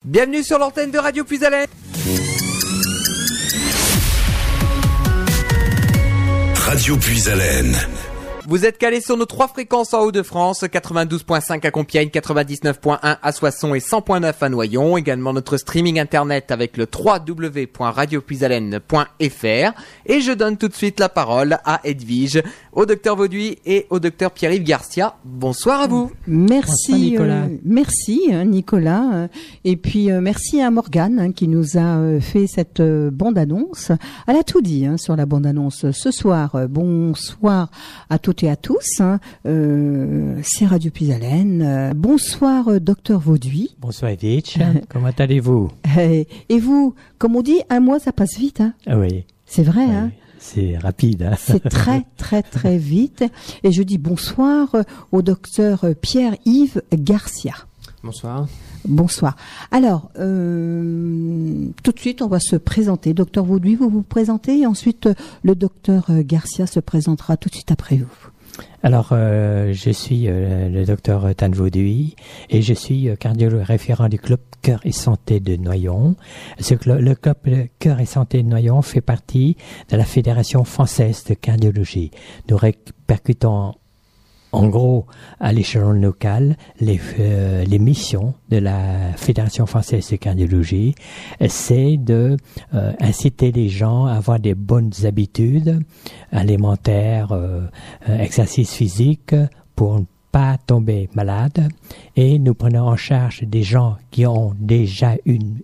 Bienvenue sur l'antenne de Radio Puisalène. Radio Puisalène. Vous êtes calés sur nos 3 fréquences en Hauts-de-France, 92.5 à Compiègne, 99.1 à Soissons et 100.9 à Noyon. Également notre streaming internet avec le www.radiopuisalène.fr. Et je donne tout de suite la parole à Edwige, au docteur Vauduit et au docteur Pierre-Yves Garcia. Bonsoir à vous. Merci, Nicolas. Merci Nicolas. Et puis merci à Morgane qui nous a fait cette bande-annonce. Elle a tout dit sur la bande-annonce ce soir. Bonsoir à toutes et à tous. C'est Radio Puisalène. Bonsoir docteur Vauduit. Bonsoir Edwige. Comment allez-vous? Et vous, comme on dit, un mois ça passe vite. Oui. C'est vrai, oui. C'est rapide. C'est très, très, très vite. Et je dis bonsoir au docteur Pierre-Yves Garcia. Bonsoir. Bonsoir. Alors, tout de suite, on va se présenter. Docteur Vauduit, vous vous présentez et ensuite le docteur Garcia se présentera tout de suite après vous. Alors, je suis le docteur Tan Vauduit et je suis cardiologue référent du club Cœur et Santé de Noyon. Le club Cœur et Santé de Noyon fait partie de la Fédération française de cardiologie. Nous répercutons en gros, à l'échelon local, les missions de la Fédération française de cardiologie, c'est de inciter les gens à avoir des bonnes habitudes alimentaires, exercice physique pour ne pas tomber malade. Et nous prenons en charge des gens qui ont déjà une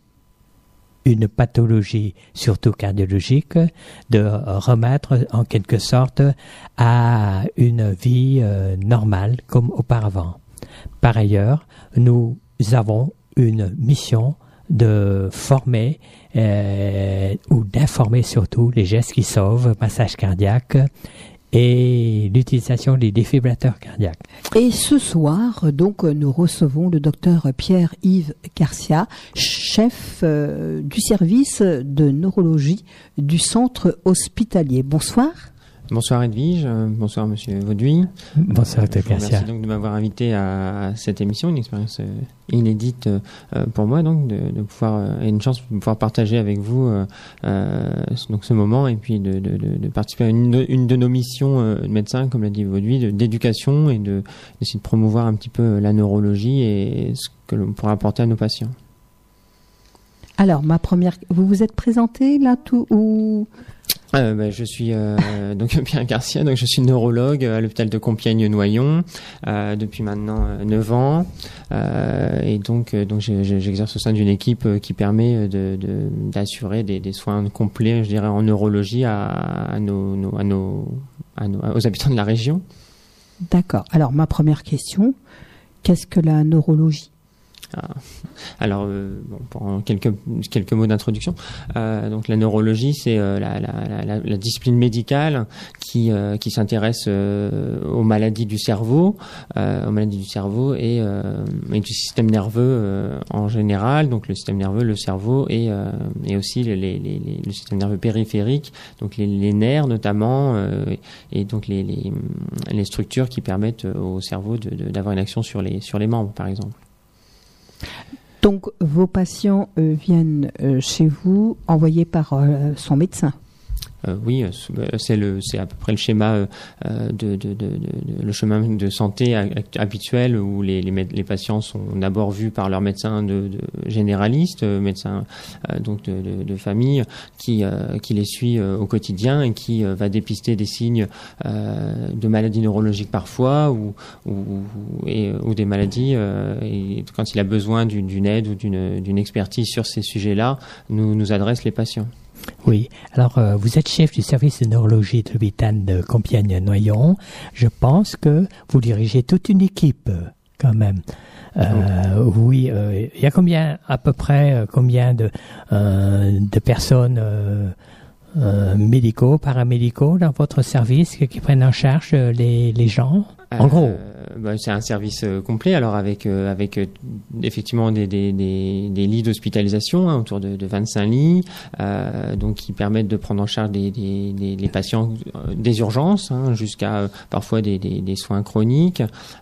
pathologie, surtout cardiologique, de remettre en quelque sorte à une vie normale comme auparavant. Par ailleurs, nous avons une mission de former ou d'informer surtout les gestes qui sauvent, massage cardiaque et l'utilisation des défibrillateurs cardiaques. Et ce soir, donc, nous recevons le docteur Pierre-Yves Garcia, chef du service de neurologie du centre hospitalier. Bonsoir. Bonsoir Edwige, bonsoir Monsieur Vauduit. Bonsoir Dr. Garcia. Merci donc de m'avoir invité à cette émission, une expérience inédite pour moi donc de pouvoir et une chance de pouvoir partager avec vous donc ce moment et puis de participer à une de nos missions de médecin, comme l'a dit Vauduit, d'éducation et d'essayer de promouvoir un petit peu la neurologie et ce que l'on pourra apporter à nos patients. Alors vous vous êtes présenté là tout ou je suis donc Pierre Garcia, donc je suis neurologue à l'hôpital de Compiègne-Noyon depuis maintenant 9 ans et donc j'exerce au sein d'une équipe qui permet d'assurer des soins complets, je dirais, en neurologie aux habitants de la région. D'accord. Alors ma première question, qu'est-ce que la neurologie ? Alors, pour quelques mots d'introduction, donc la neurologie, c'est la discipline médicale qui s'intéresse aux maladies du cerveau, et du système nerveux en général. Donc le système nerveux, le cerveau et aussi le système nerveux périphérique, donc les nerfs notamment, et donc les structures qui permettent au cerveau d'avoir une action sur les membres, par exemple. Donc, vos patients viennent chez vous envoyés par son médecin. Oui, c'est à peu près le schéma le chemin de santé habituel où les patients sont d'abord vus par leur médecin généraliste, médecin donc de famille qui les suit au quotidien et qui va dépister des signes de maladies neurologiques parfois ou des maladies et quand il a besoin d'une aide ou d'une expertise sur ces sujets-là, nous adresse les patients. Oui, alors vous êtes chef du service de neurologie de l'hôpital de Compiègne-Noyon. Je pense que vous dirigez toute une équipe quand même. Oui, il y a à peu près combien de personnes médicaux, paramédicaux dans votre service qui prennent en charge les gens, en gros? C'est un service complet, alors avec effectivement des lits d'hospitalisation, autour de 25 lits, donc qui permettent de prendre en charge les patients des urgences, jusqu'à parfois des soins chroniques,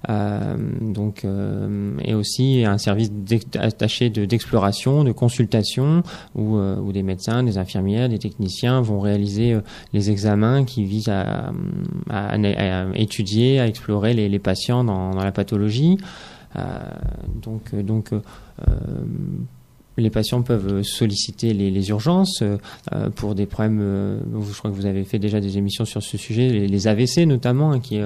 et aussi un service attaché d'exploration, de consultation, où des médecins, des infirmières, des techniciens vont réaliser les examens qui visent à étudier, à explorer les patients dans la pathologie. Les patients peuvent solliciter les urgences pour des problèmes. Je crois que vous avez fait déjà des émissions sur ce sujet, les AVC notamment, qui est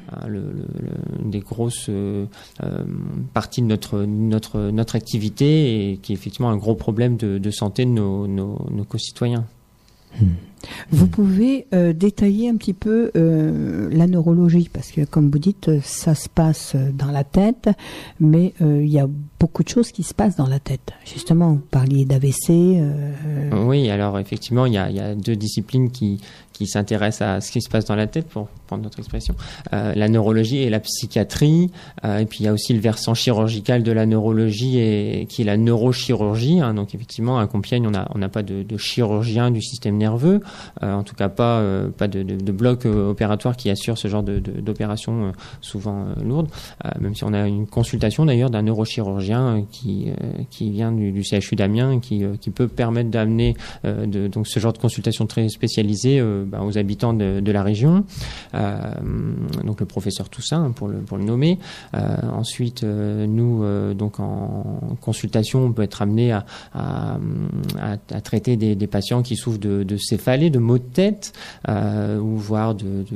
une des grosses parties de notre activité, et qui est effectivement un gros problème de santé de nos concitoyens. Vous pouvez détailler un petit peu la neurologie, parce que comme vous dites, ça se passe dans la tête, mais il y a beaucoup de choses qui se passent dans la tête. Justement, vous parliez d'AVC. Oui, alors effectivement, il y a deux disciplines qui s'intéressent à ce qui se passe dans la tête, pour prendre notre expression, la neurologie et la psychiatrie, et puis il y a aussi le versant chirurgical de la neurologie, qui est la neurochirurgie, donc effectivement à Compiègne on n'a pas de chirurgien du système nerveux, en tout cas pas de bloc opératoire qui assure ce genre d'opération souvent lourde, même si on a une consultation d'ailleurs d'un neurochirurgien qui vient du CHU d'Amiens, qui peut permettre d'amener donc ce genre de consultation très spécialisée aux habitants de la région, donc le professeur Toussaint pour le nommer. Ensuite, nous donc en consultation, on peut être amené à traiter des patients qui souffrent de céphalées, de maux de tête, ou voire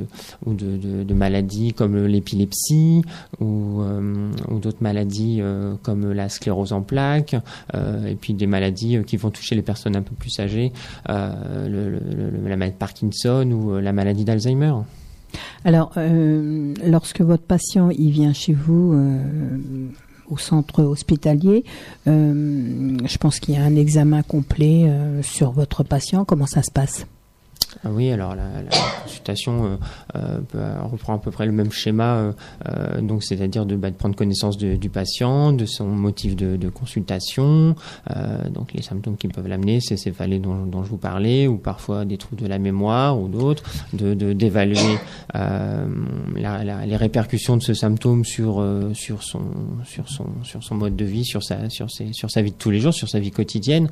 de maladies comme l'épilepsie, ou d'autres maladies comme la sclérose en plaques, et puis des maladies qui vont toucher les personnes un peu plus âgées, la maladie de Parkinson ou la maladie d'Alzheimer. Alors, lorsque votre patient il vient chez vous au centre hospitalier, je pense qu'il y a un examen complet sur votre patient. Comment ça se passe ? Oui, alors la consultation reprend à peu près le même schéma, donc c'est-à-dire de prendre connaissance du patient, de son motif de consultation, donc les symptômes qui peuvent l'amener, ces céphalées dont je vous parlais, ou parfois des troubles de la mémoire ou d'autres, d'évaluer les répercussions de ce symptôme sur son mode de vie, sur sa vie de tous les jours, sur sa vie quotidienne,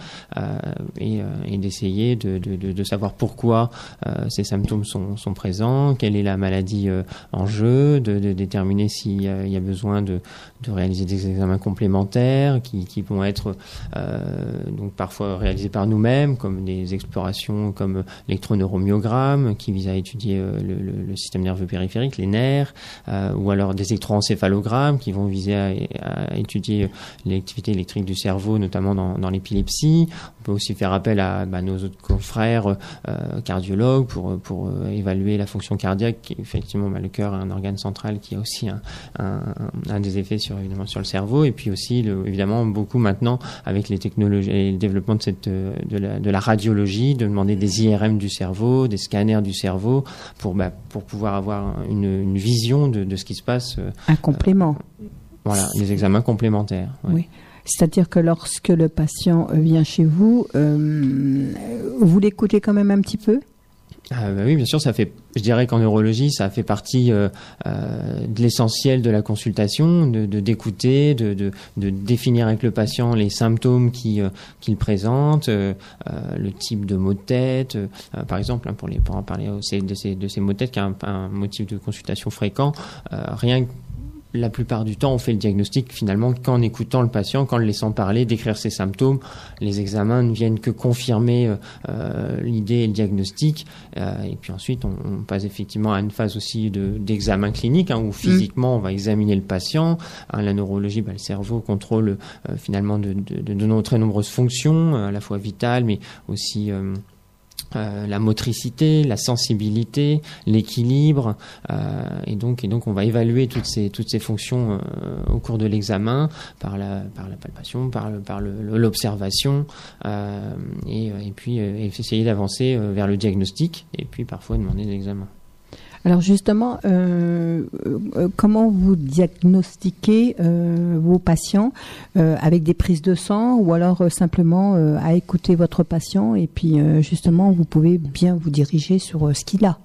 et d'essayer de savoir pourquoi ces symptômes sont présents, quelle est la maladie en jeu, de déterminer s'il y a besoin de réaliser des examens complémentaires qui vont être donc parfois réalisés par nous-mêmes, comme des explorations comme l'électroneuromyogramme qui vise à étudier le système nerveux périphérique, les nerfs, ou alors des électroencéphalogrammes qui vont viser à étudier l'activité électrique du cerveau, notamment dans l'épilepsie. On peut aussi faire appel à nos autres confrères cardiologues pour évaluer la fonction cardiaque, qui effectivement le cœur est un organe central qui a aussi un des effets évidemment sur le cerveau, et puis aussi évidemment beaucoup maintenant avec les technologies et le développement de la radiologie, de demander des IRM du cerveau, des scanners du cerveau pour pouvoir avoir une vision de ce qui se passe. Un complément. Voilà, des examens complémentaires. Ouais. Oui. C'est-à-dire que lorsque le patient vient chez vous, vous l'écoutez quand même un petit peu ? Oui, bien sûr, je dirais qu'en neurologie, ça fait partie de l'essentiel de la consultation, d'écouter, de définir avec le patient les symptômes qu'il présente, le type de maux de tête, par exemple, pour en parler de ces maux de tête, qui est un motif de consultation fréquent, rien que la plupart du temps, on fait le diagnostic finalement qu'en écoutant le patient, qu'en le laissant parler, décrire ses symptômes. Les examens ne viennent que confirmer l'idée et le diagnostic. Et puis ensuite, on passe effectivement à une phase aussi d'examen clinique, où physiquement, on va examiner le patient. La neurologie, le cerveau contrôle finalement de très nombreuses fonctions, à la fois vitales, mais aussi la motricité, la sensibilité, l'équilibre, et donc on va évaluer toutes ces fonctions au cours de l'examen par la palpation, par l'observation, et puis essayer d'avancer vers le diagnostic, et puis parfois demander des examens. Alors justement, comment vous diagnostiquez vos patients avec des prises de sang ou alors simplement à écouter votre patient et puis justement vous pouvez bien vous diriger sur ce qu'il a?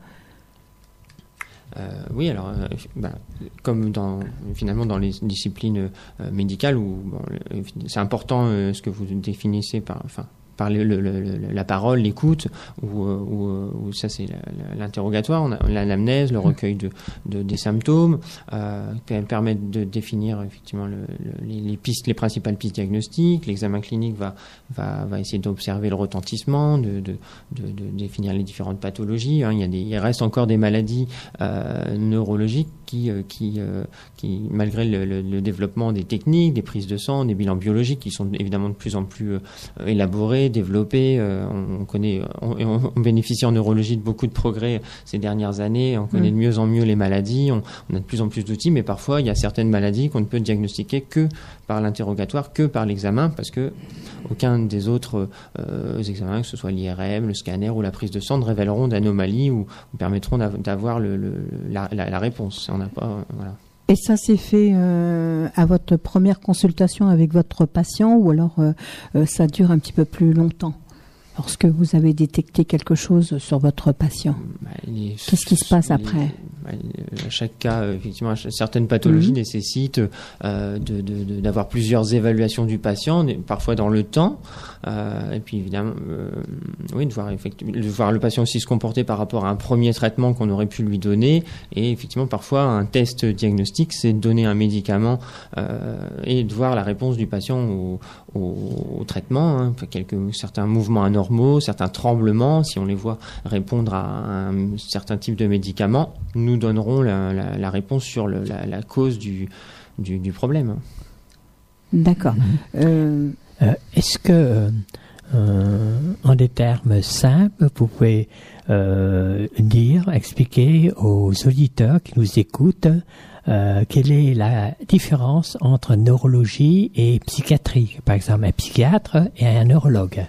Oui, alors, comme finalement dans les disciplines médicales, où c'est important ce que vous définissez par la parole, l'écoute, ou ça c'est l'interrogatoire, on a l'anamnèse, le recueil des symptômes, qui permettent de définir effectivement les principales pistes diagnostiques. L'examen clinique va essayer d'observer le retentissement, de définir les différentes pathologies. Il reste encore des maladies neurologiques qui malgré le développement des techniques, des prises de sang, des bilans biologiques qui sont évidemment de plus en plus élaborés, développés, on bénéficie en neurologie de beaucoup de progrès ces dernières années, on connaît de mieux en mieux les maladies, on a de plus en plus d'outils, mais parfois il y a certaines maladies qu'on ne peut diagnostiquer que par l'interrogatoire, que par l'examen, parce que aucun des autres examens, que ce soit l'IRM, le scanner ou la prise de sang, ne révéleront d'anomalies ou permettront d'avoir la réponse. On n'a pas, voilà. Et ça s'est fait à votre première consultation avec votre patient ou alors ça dure un petit peu plus longtemps lorsque vous avez détecté quelque chose sur votre patient? Qu'est-ce qui se passe après? Chaque cas, effectivement, certaines pathologies nécessitent d'avoir plusieurs évaluations du patient, parfois dans le temps, et puis évidemment, de voir le patient aussi se comporter par rapport à un premier traitement qu'on aurait pu lui donner, et effectivement, parfois, un test diagnostique, c'est de donner un médicament et de voir la réponse du patient au traitement, certains mouvements anormaux, certains tremblements, si on les voit répondre à un certain type de médicament, nous donnerons la réponse sur la cause du problème. D'accord. Est-ce que, en des termes simples, vous pouvez expliquer aux auditeurs qui nous écoutent quelle est la différence entre neurologie et psychiatrie, par exemple un psychiatre et un neurologue?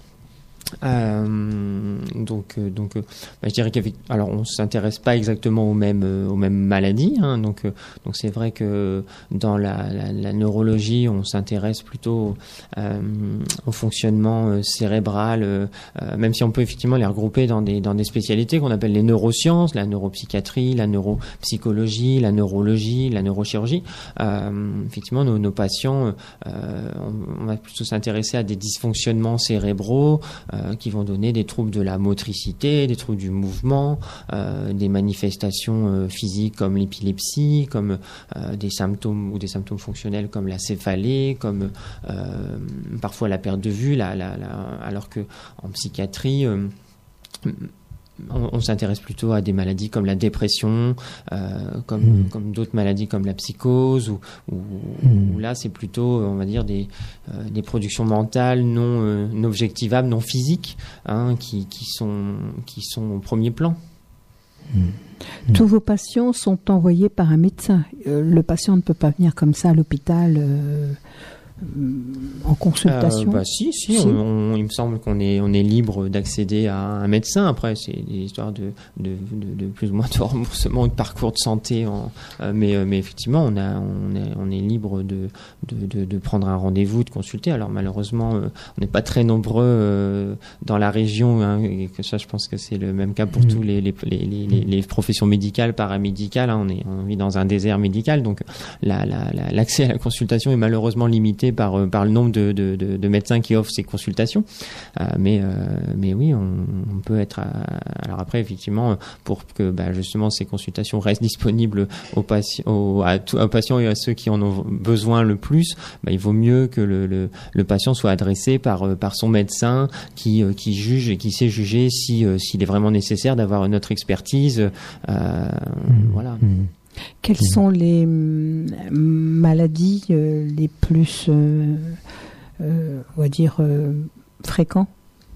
Je dirais alors on s'intéresse pas exactement aux mêmes maladies, donc c'est vrai que dans la neurologie on s'intéresse plutôt au fonctionnement cérébral, même si on peut effectivement les regrouper dans des spécialités qu'on appelle les neurosciences, la neuropsychiatrie, la neuropsychologie, la neurologie, la neurochirurgie. Effectivement nos patients, on va plutôt s'intéresser à des dysfonctionnements cérébraux qui vont donner des troubles de la motricité, des troubles du mouvement, des manifestations physiques comme l'épilepsie, comme des symptômes fonctionnels comme la céphalée, comme parfois la perte de vue, alors que en psychiatrie on s'intéresse plutôt à des maladies comme la dépression, comme d'autres maladies comme la psychose, où là c'est plutôt, on va dire, des productions mentales non objectivables, non physiques, qui sont au premier plan. Tous vos patients sont envoyés par un médecin. Le patient ne peut pas venir comme ça à l'hôpital en consultation? Si. Il me semble qu'on est libre d'accéder à un médecin. Après, c'est des histoires de plus ou moins de remboursement ou de parcours de santé. Mais effectivement, on est libre de prendre un rendez-vous, de consulter. Alors malheureusement, on n'est pas très nombreux dans la région. Et que ça, je pense que c'est le même cas pour tous les professions médicales, paramédicales. On vit dans un désert médical, donc l'accès à la consultation est malheureusement limité par le nombre de médecins qui offrent ces consultations, mais oui, on peut être alors après effectivement pour que justement ces consultations restent disponibles aux patients et à ceux qui en ont besoin le plus, il vaut mieux que le patient soit adressé par son médecin qui juge et qui sait juger s'il est vraiment nécessaire d'avoir notre expertise, voilà. Quelles sont les maladies les plus, on va dire, fréquents?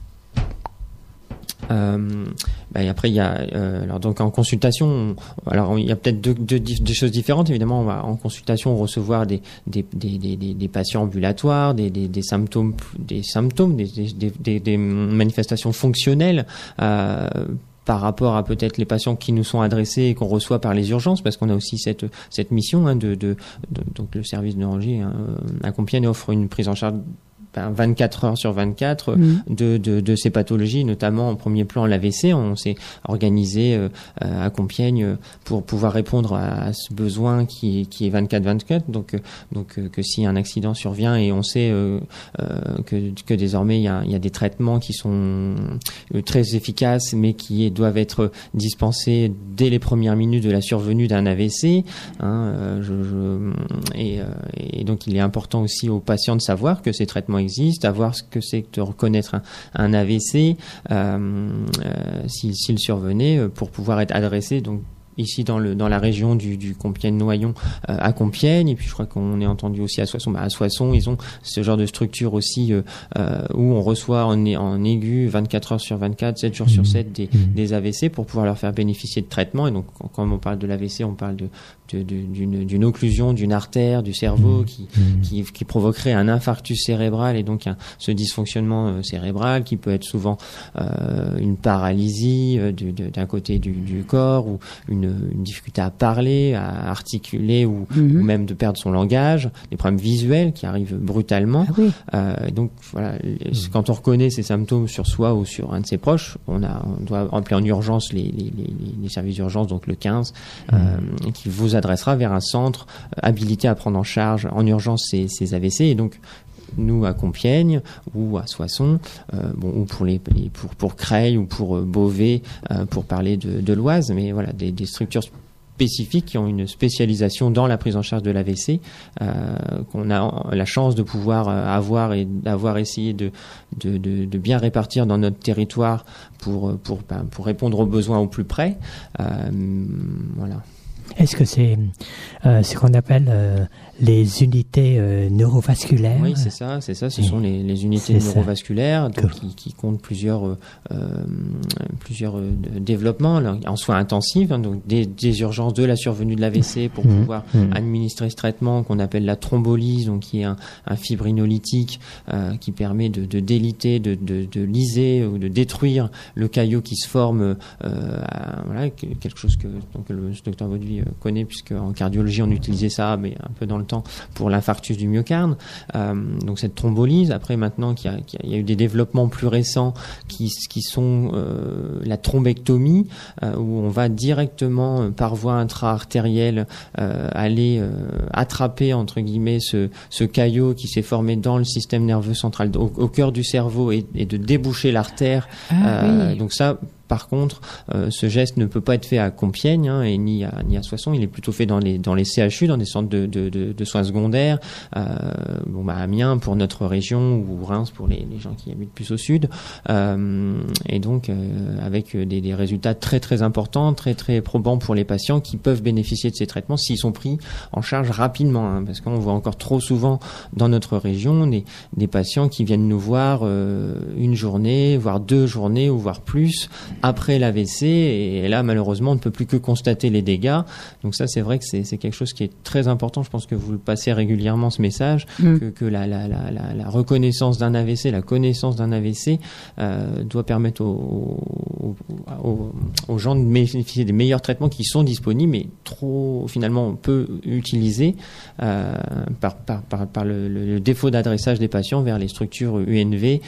Et après il y a alors donc en consultation, alors il y a peut-être deux choses différentes. Évidemment, on va en consultation recevoir des patients ambulatoires, des symptômes, des manifestations fonctionnelles. par rapport à peut-être les patients qui nous sont adressés et qu'on reçoit par les urgences, parce qu'on a aussi cette mission donc le service de neurologie à Compiègne offre une prise en charge 24 heures sur 24 de ces pathologies, notamment en premier plan l'AVC. On s'est organisé à Compiègne pour pouvoir répondre à ce besoin qui est 24/24. Donc que si un accident survient, et on sait que désormais il y a des traitements qui sont très efficaces, mais qui doivent être dispensés dès les premières minutes de la survenue d'un AVC. Et donc il est important aussi aux patients de savoir que ces traitements existent, à voir ce que c'est que de reconnaître un AVC s'il survenait, pour pouvoir être adressé donc ici dans la région du Compiègne-Noyon à Compiègne, et puis je crois qu'on est entendu aussi à Soissons. À Soissons, ils ont ce genre de structure aussi où on reçoit en aigu 24 heures sur 24, 7 jours sur 7 des AVC pour pouvoir leur faire bénéficier de traitements. Et donc quand on parle de l'AVC, on parle d'une occlusion d'une artère du cerveau qui provoquerait un infarctus cérébral, et donc ce dysfonctionnement cérébral qui peut être souvent une paralysie d'un côté du corps, ou une difficulté à parler, à articuler, ou même de perdre son langage, des problèmes visuels qui arrivent brutalement. Donc voilà, quand on reconnaît ces symptômes sur soi ou sur un de ses proches, on doit appeler en urgence les services d'urgence, donc le 15, qui vous adressera vers un centre habilité à prendre en charge en urgence ces AVC. Et donc nous à Compiègne ou à Soissons, ou pour Creil ou pour Beauvais, pour parler de l'Oise, mais voilà, des structures spécifiques qui ont une spécialisation dans la prise en charge de l'AVC, qu'on a la chance de pouvoir avoir et d'avoir essayé de bien répartir dans notre territoire pour répondre aux besoins au plus près. Voilà. Est-ce que c'est ce qu'on appelle les unités neurovasculaires? Oui, c'est ça. Ce sont les unités neurovasculaires, donc qui comptent plusieurs développements en soins intensifs, donc des urgences de la survenue de l'AVC pour pouvoir administrer ce traitement qu'on appelle la thrombolyse, donc qui est un fibrinolytique qui permet de déliter, de liser ou de détruire le caillot qui se forme. Voilà, quelque chose que le docteur Vauduit connaît, puisque en cardiologie on utilisait ça, mais un peu dans le temps, pour l'infarctus du myocarde. Donc cette thrombolyse. Après, maintenant qu'il y a eu des développements plus récents qui sont la thrombectomie, où on va directement par voie intra-artérielle aller attraper entre guillemets ce caillot qui s'est formé dans le système nerveux central, au cœur du cerveau, et de déboucher l'artère. Donc ça, par contre, ce geste ne peut pas être fait à Compiègne et ni à Soissons. Il est plutôt fait dans les CHU, dans des centres de soins secondaires. À Amiens pour notre région, ou Reims pour les gens qui habitent plus au sud. Et donc avec des résultats très très importants, très très probants pour les patients qui peuvent bénéficier de ces traitements s'ils sont pris en charge rapidement. Parce qu'on voit encore trop souvent dans notre région des patients qui viennent nous voir une journée, voire 2 journées, ou voire plus, après l'AVC, et là malheureusement on ne peut plus que constater les dégâts. Donc ça, c'est vrai que c'est quelque chose qui est très important. Je pense que vous le passez régulièrement, ce message, que la reconnaissance d'un AVC, la connaissance d'un AVC doit permettre aux gens de bénéficier des meilleurs traitements qui sont disponibles, mais trop finalement peu utilisés par le défaut d'adressage des patients vers les structures UNV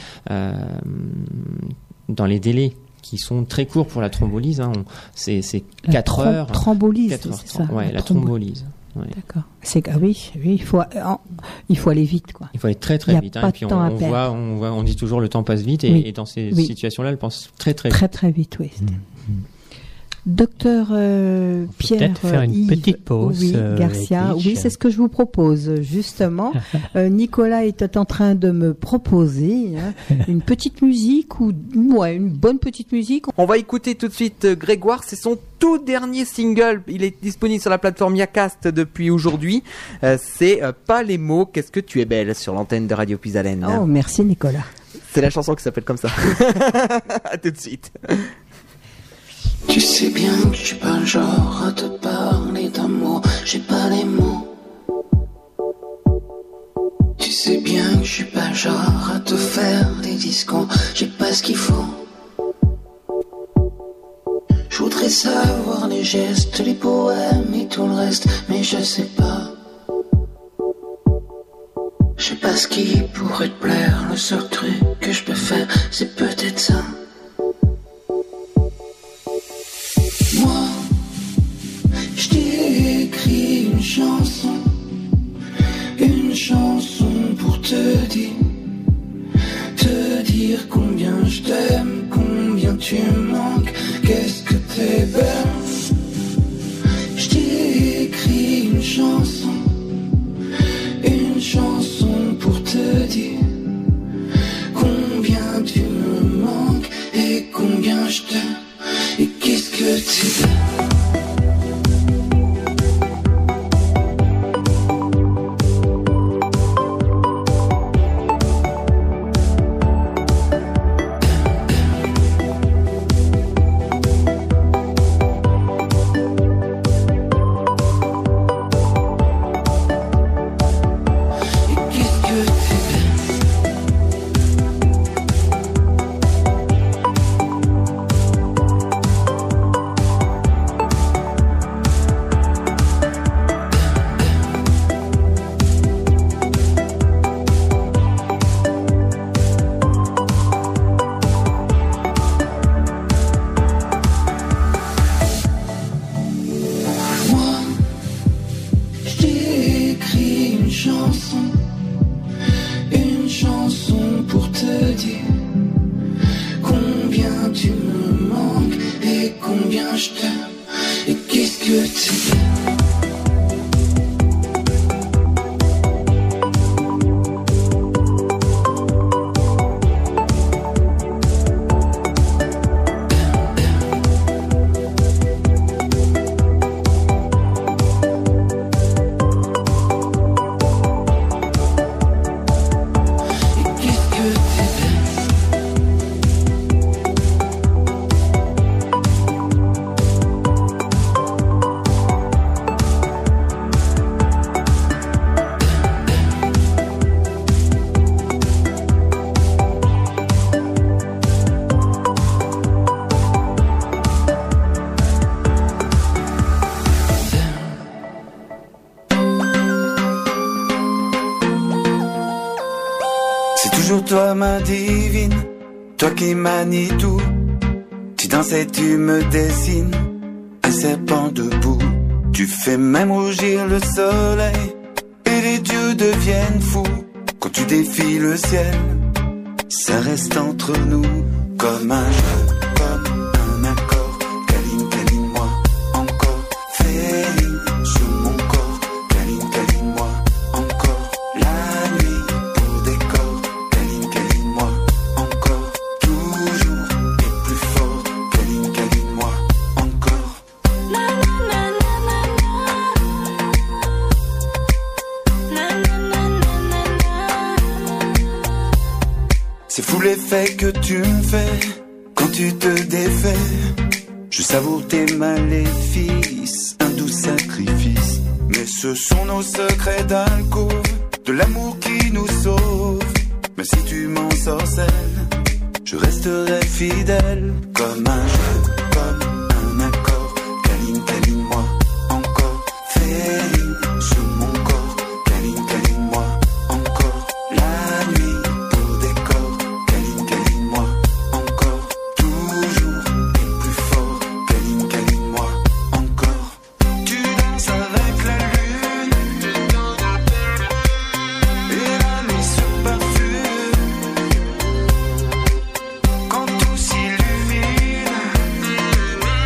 dans les délais qui sont très courts pour la thrombolyse. C'est 4 heures. Thrombolyse, c'est ça. Ouais, la thrombolyse. Ouais. D'accord. Il faut aller vite, quoi. Il faut aller très très vite. Et puis on dit toujours le temps passe vite, et dans ces situations-là, elle passe très très vite. Très très vite, oui. Docteur Pierre, peut-être faire une petite pause. Garcia, c'est ce que je vous propose justement. Nicolas était en train de me proposer une petite musique, une bonne petite musique. On va écouter tout de suite Grégoire, c'est son tout dernier single. Il est disponible sur la plateforme Yacast depuis aujourd'hui. C'est Pas les mots, qu'est-ce que tu es belle, sur l'antenne de Radio Puisalène. Oh, merci Nicolas. C'est la chanson qui s'appelle comme ça. À tout de suite. Tu sais bien que je suis pas le genre à te parler d'amour, j'ai pas les mots. Tu sais bien que je suis pas le genre à te faire des discours, j'ai pas ce qu'il faut. savoir les gestes, les poèmes et tout le reste, mais je sais pas. Je sais pas ce qui pourrait te plaire. Le seul truc que je peux faire, c'est peut-être ça. Moi, je t'ai écrit une chanson pour te dire combien je t'aime, combien tu me manques, qu'est-ce que t'es belle. Je t'ai écrit une chanson pour te dire combien tu me manques et combien je t'aime et qu'est-ce que tu veux. Toi ma divine, toi qui manies tout, tu danses et tu me dessines, un serpent debout. Tu fais même rougir le soleil et les dieux deviennent fous. Quand tu défies le ciel, ça reste entre nous comme un jeu, comme un accord. Câline, câline-moi encore, féline sous mon corps. Câline, câline-moi encore, la nuit pour décor. Câline, câline-moi encore, toujours et plus fort. Câline, câline-moi encore. C'est fou l'effet que tu me fais quand tu te défais. Je savoure tes maléfices, un doux sacrifice. Mais ce sont nos secrets d'alcôve, de l'amour qui nous sauve. Mais si tu m'ensorcelles, je resterai fidèle. Comme un jeu, comme un accord. Câline, câline-moi encore, féline sous mon corps. Câline, câline-moi encore, la nuit pour décor. Câline, câline-moi encore, toujours et plus fort. Câline, câline-moi encore. Tu danses avec la lune et la nuit se parfume. Quand tout s'illumine,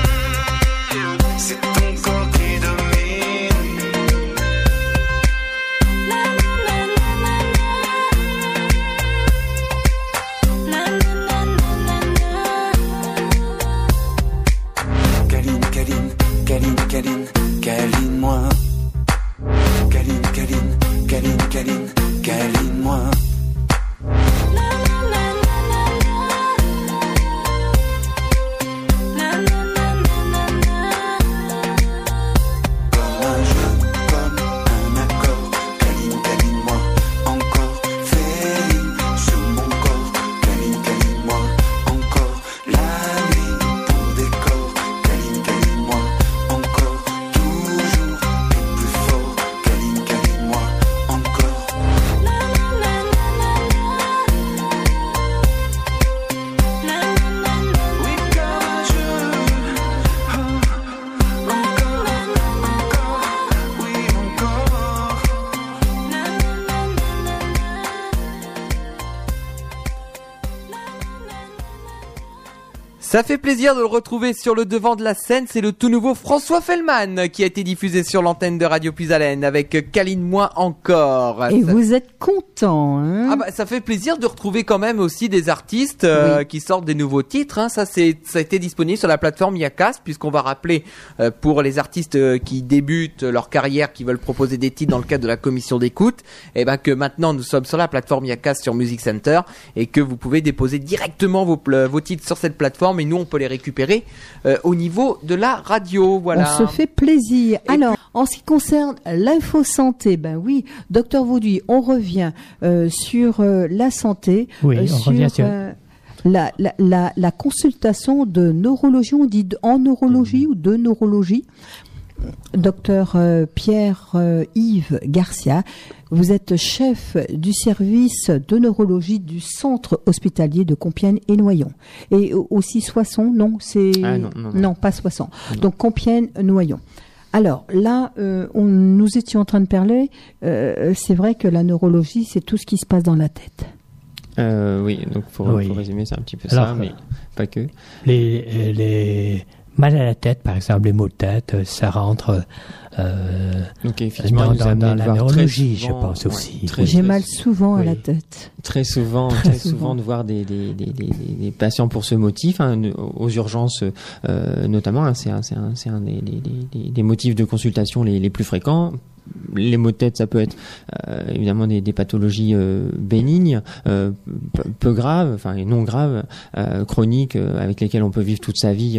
Ça fait plaisir de le retrouver sur le devant de la scène. C'est le tout nouveau François Fellman qui a été diffusé sur l'antenne de Radio Puisalène avec Câline-moi encore. Et vous êtes content, hein? Ah bah, ça fait plaisir de retrouver quand même aussi des artistes qui sortent des nouveaux titres. Hein. Ça a été disponible sur la plateforme Yacast, puisqu'on va rappeler pour les artistes qui débutent leur carrière, qui veulent proposer des titres dans le cadre de la commission d'écoute, et ben que maintenant nous sommes sur la plateforme Yacast sur Music Center et que vous pouvez déposer directement vos titres sur cette plateforme et nous on peut les récupérer au niveau de la radio. Voilà. On se fait plaisir. Alors, en ce qui concerne l'info santé, ben oui, Docteur Vauduit, on revient sur la santé, Oui, on revient sur la consultation de neurologie, on dit en neurologie ou de neurologie. Docteur Pierre-Yves Garcia, vous êtes chef du service de neurologie du centre hospitalier de Compiègne et Noyon. Et aussi Soissons, non, c'est... Ah, non, pas Soissons. Donc Compiègne, Noyon. Alors là, nous étions en train de parler, c'est vrai que la neurologie, c'est tout ce qui se passe dans la tête. Oui, donc pour résumer, c'est un petit peu ça, mais pas que. Les mal à la tête, par exemple, les maux de tête, ça rentre donc effectivement, dans la neurologie, je pense aussi. J'ai mal souvent à la tête. Très souvent de voir des patients pour ce motif, hein, aux urgences notamment. Hein, c'est un des motifs de consultation les plus fréquents. Les maux de tête, ça peut être évidemment des pathologies bénignes, peu graves, enfin et non graves, chroniques, avec lesquelles on peut vivre toute sa vie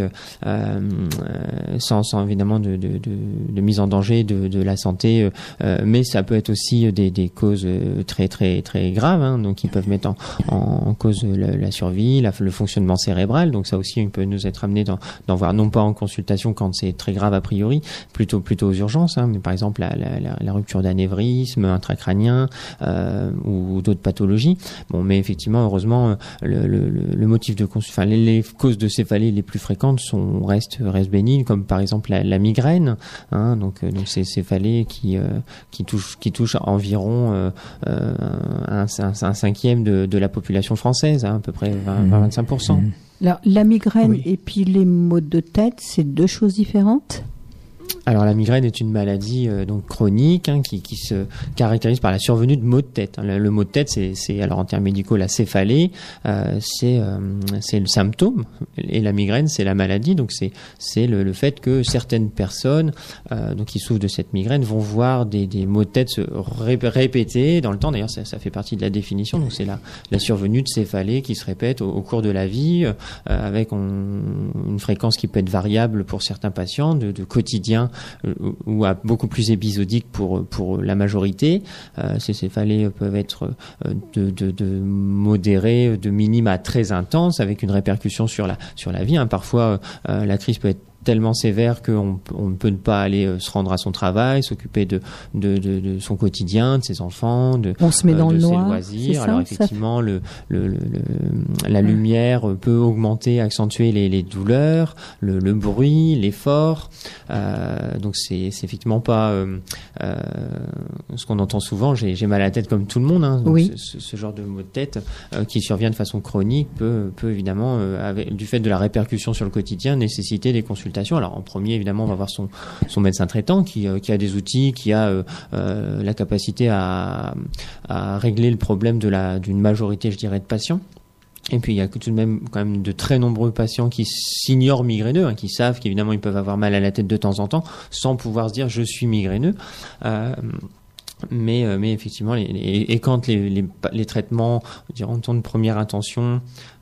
sans évidemment de mise en danger de la santé, mais ça peut être aussi des causes très très très graves, hein, donc qui peuvent mettre en cause la survie, le fonctionnement cérébral. Donc ça aussi, on peut nous être amené d'en voir, non pas en consultation quand c'est très grave a priori, plutôt aux urgences, hein, mais par exemple la rupture d'anévrisme intracrânien ou d'autres pathologies. Bon, mais effectivement, heureusement, le motif de les causes de céphalée les plus fréquentes restent bénignes, comme par exemple la migraine, hein, donc ces céphalées qui touchent environ un cinquième de la population française, hein, à peu près 20-25%. Alors, la migraine et puis les maux de tête, c'est deux choses différentes? Alors la migraine est une maladie donc chronique, hein, qui se caractérise par la survenue de maux de tête. Le mot de tête, c'est alors en termes médicaux la céphalée, c'est le symptôme, et la migraine c'est la maladie. Donc c'est le fait que certaines personnes donc qui souffrent de cette migraine vont voir des maux de tête se répéter dans le temps. D'ailleurs ça fait partie de la définition. Donc c'est la survenue de céphalée qui se répète au cours de la vie, avec une fréquence qui peut être variable pour certains patients, de quotidien ou à beaucoup plus épisodique pour la majorité. Ces céphalées peuvent être de modérées, de minimes à très intenses, avec une répercussion sur la vie, hein. Parfois la crise peut être tellement sévère qu'on ne peut pas aller se rendre à son travail, s'occuper de son quotidien, de ses enfants, on se met dans le noir, ses loisirs. Alors effectivement, la lumière peut augmenter, accentuer les douleurs, le bruit, l'effort. Donc c'est effectivement pas ce qu'on entend souvent. J'ai mal à la tête comme tout le monde, hein. Donc ce genre de maux de tête qui survient de façon chronique peut évidemment, du fait de la répercussion sur le quotidien, nécessiter des consultations. Alors en premier, évidemment, on va voir son médecin traitant qui a des outils, qui a la capacité à régler le problème d'une majorité, je dirais, de patients. Et puis il y a tout de même quand même de très nombreux patients qui s'ignorent migraineux, hein, qui savent qu'évidemment ils peuvent avoir mal à la tête de temps en temps sans pouvoir se dire je suis migraineux. Mais effectivement, et quand les traitements, en temps de première intention,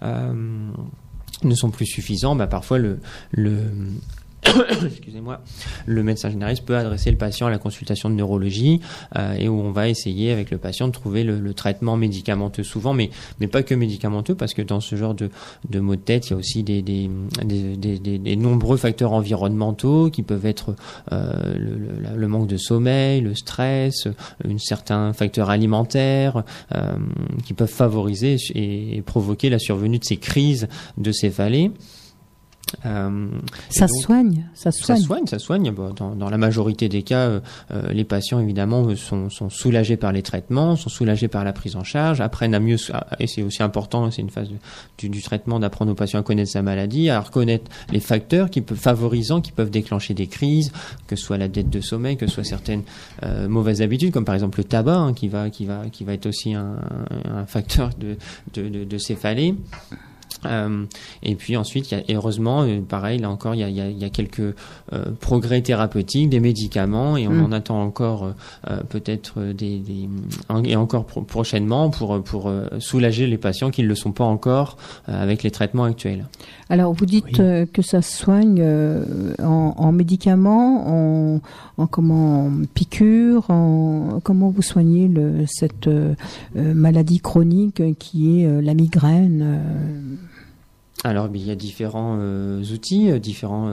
ne sont plus suffisants, parfois excusez-moi, le médecin généraliste peut adresser le patient à la consultation de neurologie, et où on va essayer avec le patient de trouver le traitement médicamenteux souvent, mais pas que médicamenteux, parce que dans ce genre de maux de tête, il y a aussi des nombreux facteurs environnementaux qui peuvent être le manque de sommeil, le stress, certains facteurs alimentaires qui peuvent favoriser et provoquer la survenue de ces crises de céphalée. Ça soigne. Ça soigne. Bon, dans la majorité des cas, les patients évidemment sont soulagés par les traitements, sont soulagés par la prise en charge, apprennent à mieux, et c'est aussi important, c'est une phase du traitement, d'apprendre aux patients à connaître sa maladie, à reconnaître les facteurs favorisants qui peuvent déclencher des crises, que ce soit la dette de sommeil, que ce soit certaines mauvaises habitudes, comme par exemple le tabac, qui va être aussi un facteur de céphalée. Et puis ensuite, heureusement, pareil, là encore, il y a quelques progrès thérapeutiques, des médicaments, et on en attend encore peut-être et encore prochainement pour soulager les patients qui ne le sont pas encore avec les traitements actuels. Alors, vous dites que ça se soigne en médicaments, en piqûres, comment vous soignez cette maladie chronique qui est la migraine? Alors, il y a différents outils, différents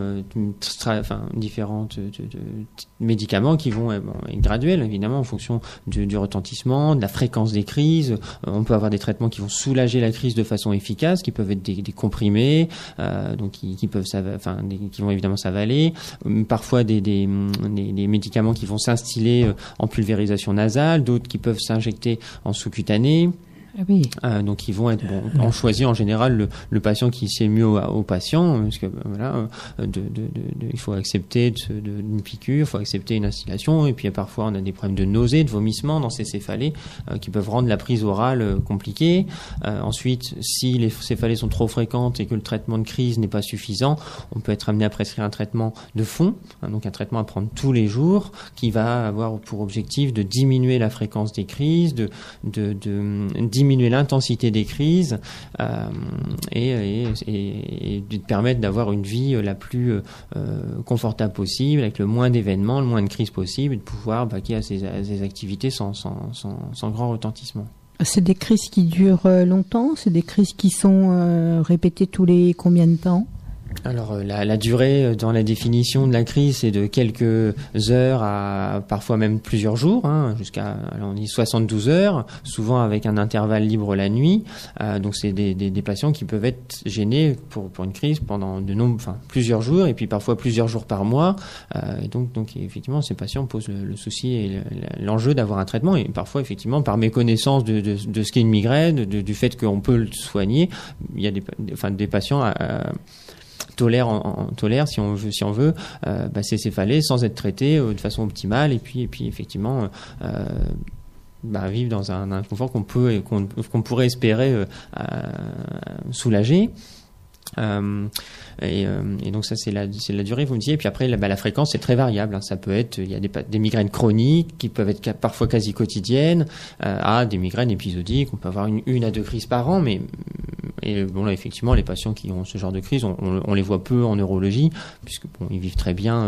médicaments qui vont être graduels, évidemment, en fonction du retentissement, de la fréquence des crises. On peut avoir des traitements qui vont soulager la crise de façon efficace, qui peuvent être des comprimés, donc qui vont évidemment s'avaler. Parfois des médicaments qui vont s'instiller en pulvérisation nasale, d'autres qui peuvent s'injecter en sous-cutané. Ah oui. Donc ils vont être on choisit en général le patient qui sied mieux au patient, parce que voilà, il faut accepter une piqûre, il faut accepter une instillation, et puis parfois on a des problèmes de nausées, de vomissements dans ces céphalées qui peuvent rendre la prise orale compliquée. Ensuite, si les céphalées sont trop fréquentes et que le traitement de crise n'est pas suffisant, on peut être amené à prescrire un traitement de fond, donc un traitement à prendre tous les jours, qui va avoir pour objectif de diminuer la fréquence des crises, de diminuer l'intensité des crises et de permettre d'avoir une vie la plus confortable possible, avec le moins d'événements, le moins de crises possible, et de pouvoir vaquer à ces activités sans grand retentissement. C'est des crises qui durent longtemps? C'est des crises qui sont répétées tous les combien de temps? Alors la durée dans la définition de la crise, c'est de quelques heures à parfois même plusieurs jours, jusqu'à, on dit 72 heures, souvent avec un intervalle libre la nuit. Donc c'est des patients qui peuvent être gênés pour une crise pendant plusieurs jours, et puis parfois plusieurs jours par mois. Et donc effectivement, ces patients posent le souci et l'enjeu d'avoir un traitement, et parfois effectivement par méconnaissance de ce qu'est une migraine, du fait qu'on peut le soigner, il y a des patients tolèrent si on veut ces céphalées sans être traités de façon optimale, et puis effectivement vivre dans un inconfort qu'on pourrait espérer soulager. Et donc ça c'est la durée, vous me disiez. Et puis après la fréquence c'est très variable, ça peut être, il y a des migraines chroniques qui peuvent être parfois quasi quotidiennes, à des migraines épisodiques. On peut avoir une à deux crises par an, mais là effectivement les patients qui ont ce genre de crise, on les voit peu en neurologie, puisque ils vivent très bien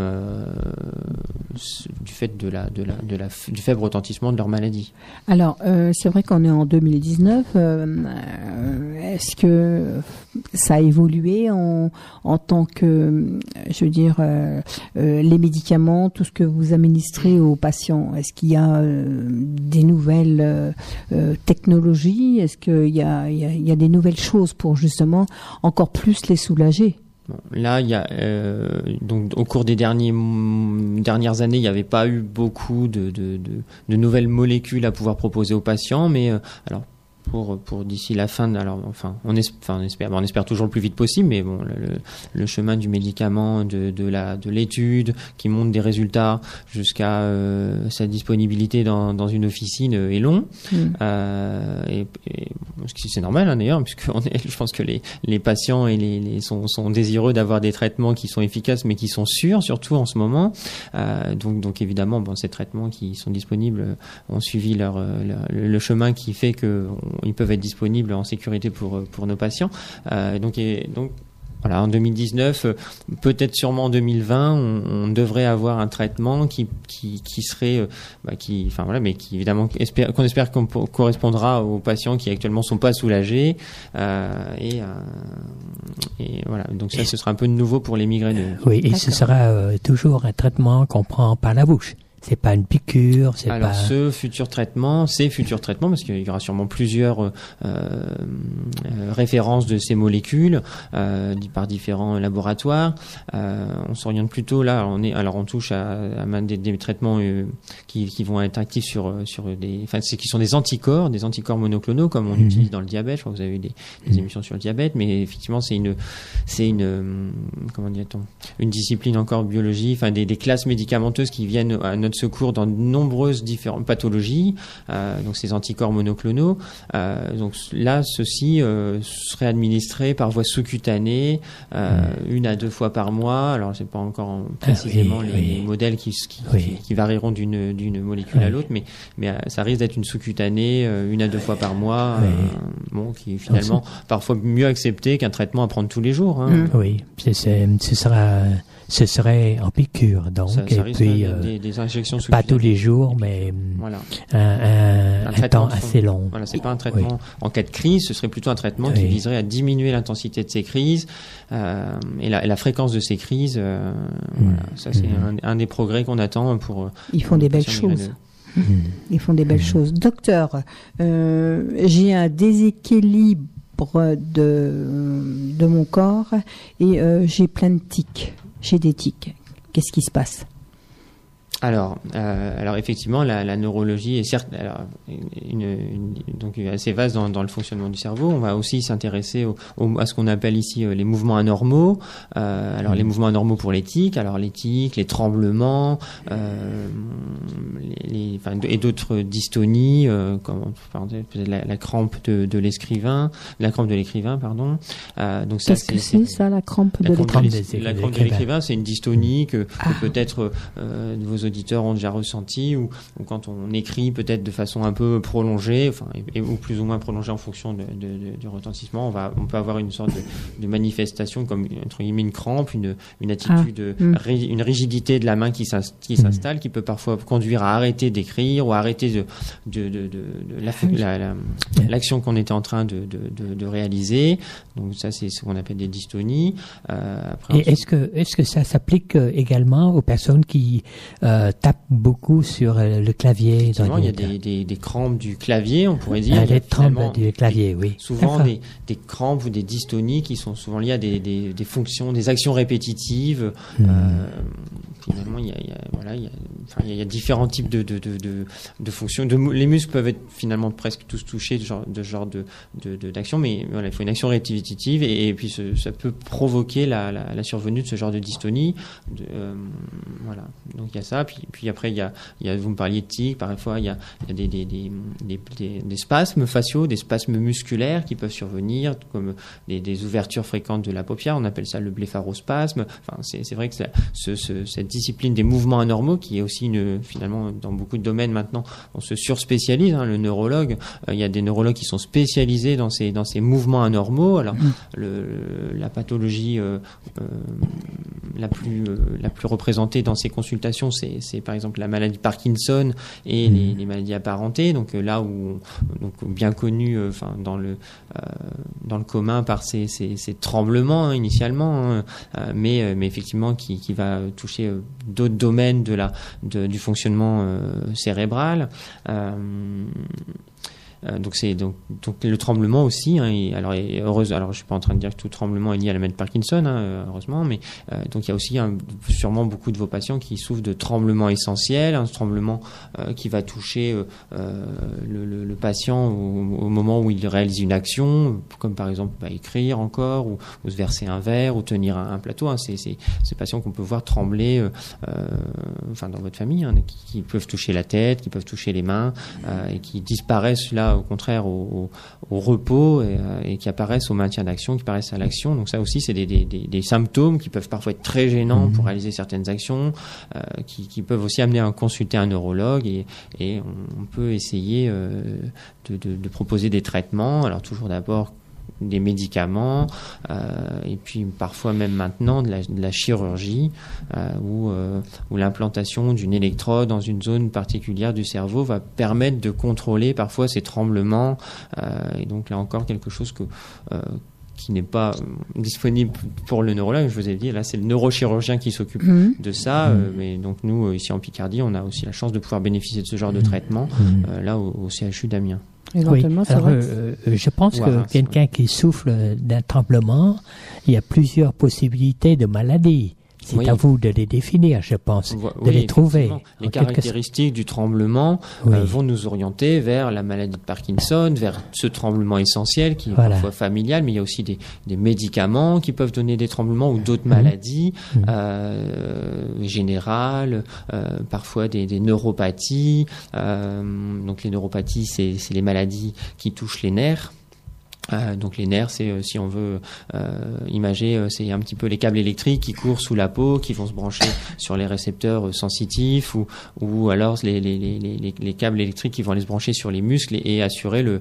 du fait du faible retentissement de leur maladie. Alors c'est vrai qu'on est en 2019. Est-ce que ça a évolué en tant que, je veux dire, les médicaments, tout ce que vous administrez aux patients? Est-ce qu'il y a des nouvelles technologies? Est-ce qu'il y a des nouvelles choses pour justement encore plus les soulager? Bon, là, il y a donc au cours des dernières années, il n'y avait pas eu beaucoup de nouvelles molécules à pouvoir proposer aux patients, mais alors pour d'ici la fin, on espère toujours le plus vite possible, mais bon, le chemin du médicament, de l'étude qui montre des résultats jusqu'à sa disponibilité dans une officine est long. Et c'est normal d'ailleurs, puisque je pense que les patients et sont désireux d'avoir des traitements qui sont efficaces mais qui sont sûrs, surtout en ce moment. Donc évidemment, ces traitements qui sont disponibles ont suivi le chemin qui fait que ils peuvent être disponibles en sécurité pour nos patients. Donc voilà, en 2019, peut-être sûrement en 2020, on devrait avoir un traitement qui serait, mais qui évidemment qu'on espère qu'on correspondra aux patients qui actuellement sont pas soulagés. Et voilà, donc ça, ce sera un peu de nouveau pour les migraineux. Oui, et ce sera toujours un traitement qu'on prend par la bouche. C'est pas une piqûre, c'est Alors pas... ces futurs traitements, parce qu'il y aura sûrement plusieurs références de ces molécules par différents laboratoires. On s'oriente plutôt là. On touche à des traitements qui vont être actifs sur des, qui sont des anticorps monoclonaux comme on utilise dans le diabète. Je crois que vous avez eu des émissions sur le diabète, mais effectivement c'est une comment dit-on, une discipline encore biologie, des classes médicamenteuses qui viennent à notre secours dans de nombreuses différentes pathologies, donc ces anticorps monoclonaux. Donc là, ceux-ci seraient administrés par voie sous-cutanée, 1 à 2 fois par mois. Alors, c'est pas encore précisément les modèles qui varieront d'une molécule à l'autre, mais ça risque d'être une sous-cutanée 1 à 2 fois par mois, qui est finalement parfois mieux accepté qu'un traitement à prendre tous les jours. Oui, ce serait en piqûre, donc, ça et puis des injections pas tous les jours, mais un temps assez long. Voilà, c'est pas un traitement en cas de crise, ce serait plutôt un traitement qui viserait à diminuer l'intensité de ces crises et la fréquence de ces crises. Voilà, ça c'est un des progrès qu'on attend pour. Ils font des belles choses. Ils font des belles choses. Docteur, j'ai un déséquilibre de mon corps et j'ai plein de tics. J'ai des tics. Qu'est-ce qui se passe ? Alors effectivement, la neurologie est certes donc assez vaste dans le fonctionnement du cerveau. On va aussi s'intéresser à ce qu'on appelle ici les mouvements anormaux. Les mouvements anormaux pour les tics. Alors les tics, les tremblements, et d'autres dystonies, comme peut-être la crampe de l'écrivain, pardon. Donc ça, qu'est-ce que c'est ça, la crampe de l'écrivain ? La crampe de l'écrivain, c'est une dystonie que peut-être vos auditeurs ont déjà ressenti, ou quand on écrit peut-être de façon un peu prolongée, ou plus ou moins prolongée en fonction du retentissement, on peut avoir une sorte de manifestation comme entre guillemets une crampe, une attitude, une rigidité de la main qui s'installe, qui peut parfois conduire à arrêter d'écrire ou à arrêter l'action qu'on était en train de réaliser. Donc ça, c'est ce qu'on appelle des dystonies. Et est-ce que ça s'applique également aux personnes qui tapent beaucoup sur le clavier? Il y a des crampes du clavier, on pourrait dire. Des crampes du clavier, oui. Souvent des crampes ou des dystonies qui sont souvent liées à des fonctions, des actions répétitives. Finalement, il y a différents types de fonctions. Les muscles peuvent être finalement presque tous touchés de genre d'action, mais voilà, il faut une action répétitive et puis ça peut provoquer la survenue de ce genre de dystonie. Voilà. Donc il y a ça. Puis après il y a vous me parliez de tics. Parfois il y a des spasmes faciaux, des spasmes musculaires qui peuvent survenir, comme des ouvertures fréquentes de la paupière. On appelle ça le blépharospasme. C'est vrai que cette discipline des mouvements anormaux, qui est aussi finalement dans beaucoup de domaines maintenant, on se surspécialise. Le neurologue, il y a des neurologues qui sont spécialisés dans ces mouvements anormaux. Alors la pathologie la plus représentée dans ces consultations, c'est par exemple la maladie Parkinson et les maladies apparentées. Donc là où bien connu, dans le commun par ces tremblements initialement, mais effectivement qui va toucher d'autres domaines du fonctionnement cérébral. Donc le tremblement aussi, alors je suis pas en train de dire que tout tremblement est lié à la maladie de Parkinson, heureusement, mais donc il y a aussi sûrement beaucoup de vos patients qui souffrent de tremblements essentiels, un tremblement qui va toucher le patient au moment où il réalise une action, comme par exemple écrire encore, ou se verser un verre, ou tenir un plateau. C'est ces patients qu'on peut voir trembler, dans votre famille, qui peuvent toucher la tête, qui peuvent toucher les mains, et qui disparaissent là au contraire au repos, et qui apparaissent au maintien d'action, qui apparaissent à l'action. Donc ça aussi, c'est des symptômes qui peuvent parfois être très gênants pour réaliser certaines actions, qui peuvent aussi amener à consulter un neurologue, et on peut essayer de proposer des traitements. Alors toujours d'abord des médicaments, et puis parfois même maintenant de la chirurgie, où l'implantation d'une électrode dans une zone particulière du cerveau va permettre de contrôler parfois ces tremblements, et donc là encore quelque chose qui n'est pas disponible pour le neurologue. Je vous ai dit, là, c'est le neurochirurgien qui s'occupe de ça. Mais donc, nous, ici en Picardie, on a aussi la chance de pouvoir bénéficier de ce genre de traitement, là, au CHU d'Amiens. Éventuellement, oui. Alors, je pense que quelqu'un qui souffre d'un tremblement, il y a plusieurs possibilités de maladies. C'est à vous de les définir, je pense, de les trouver. Les caractéristiques du tremblement vont nous orienter vers la maladie de Parkinson, vers ce tremblement essentiel qui est parfois familial, mais il y a aussi des médicaments qui peuvent donner des tremblements ou d'autres maladies générales, parfois des neuropathies. Donc les neuropathies, c'est les maladies qui touchent les nerfs. Donc les nerfs, c'est si on veut imager, c'est un petit peu les câbles électriques qui courent sous la peau, qui vont se brancher sur les récepteurs sensitifs, ou alors les câbles électriques qui vont aller se brancher sur les muscles et assurer le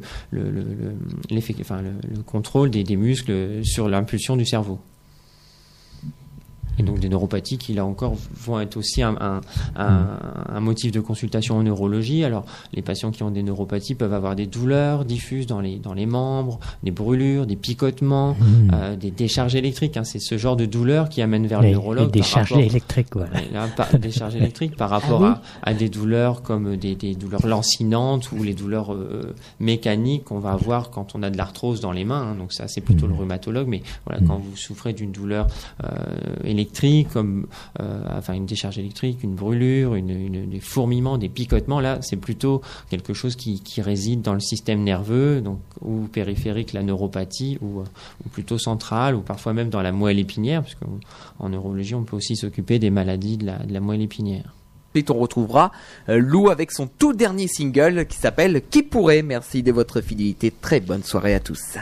contrôle des muscles sur l'impulsion du cerveau. Et donc des neuropathies qui, là encore, vont être aussi un motif de consultation en neurologie. Alors, les patients qui ont des neuropathies peuvent avoir des douleurs diffuses dans les membres, des brûlures, des picotements, des décharges électriques. C'est ce genre de douleurs qui amènent vers le neurologue. Les décharges électriques, voilà. Décharges électriques par rapport à des douleurs comme des douleurs lancinantes ou les douleurs mécaniques qu'on va avoir quand on a de l'arthrose dans les mains. Donc ça, c'est plutôt le rhumatologue. Mais voilà, quand vous souffrez d'une douleur électrique, comme une décharge électrique, une brûlure, des fourmillements, des picotements, là c'est plutôt quelque chose qui réside dans le système nerveux, donc ou périphérique, la neuropathie, ou plutôt centrale, ou parfois même dans la moelle épinière, parce qu'en neurologie on peut aussi s'occuper des maladies de la moelle épinière. Et on retrouvera Lou avec son tout dernier single qui s'appelle Qui pourrait. Merci de votre fidélité, très bonne soirée à tous.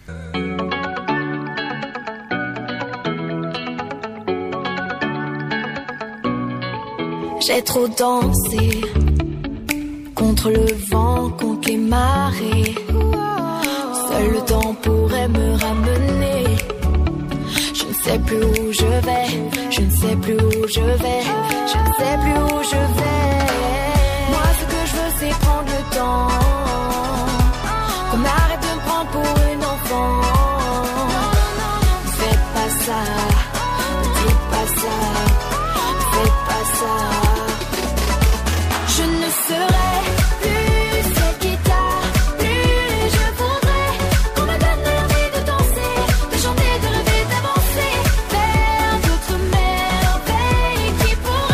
J'ai trop dansé contre le vent, contre les marées. Seul le temps pourrait me ramener. Je ne sais plus où je vais, je ne sais plus où je vais, je ne sais plus où je vais. Moi ce que je veux c'est prendre le temps, qu'on arrête de me prendre pour une enfant. Ne faites pas ça, ne dites pas ça, ne faites pas ça. Je ne serai plus celle qui t'a plu. Je voudrais qu'on me donne l'envie de danser, de chanter, de rêver, d'avancer vers d'autres merveilles qui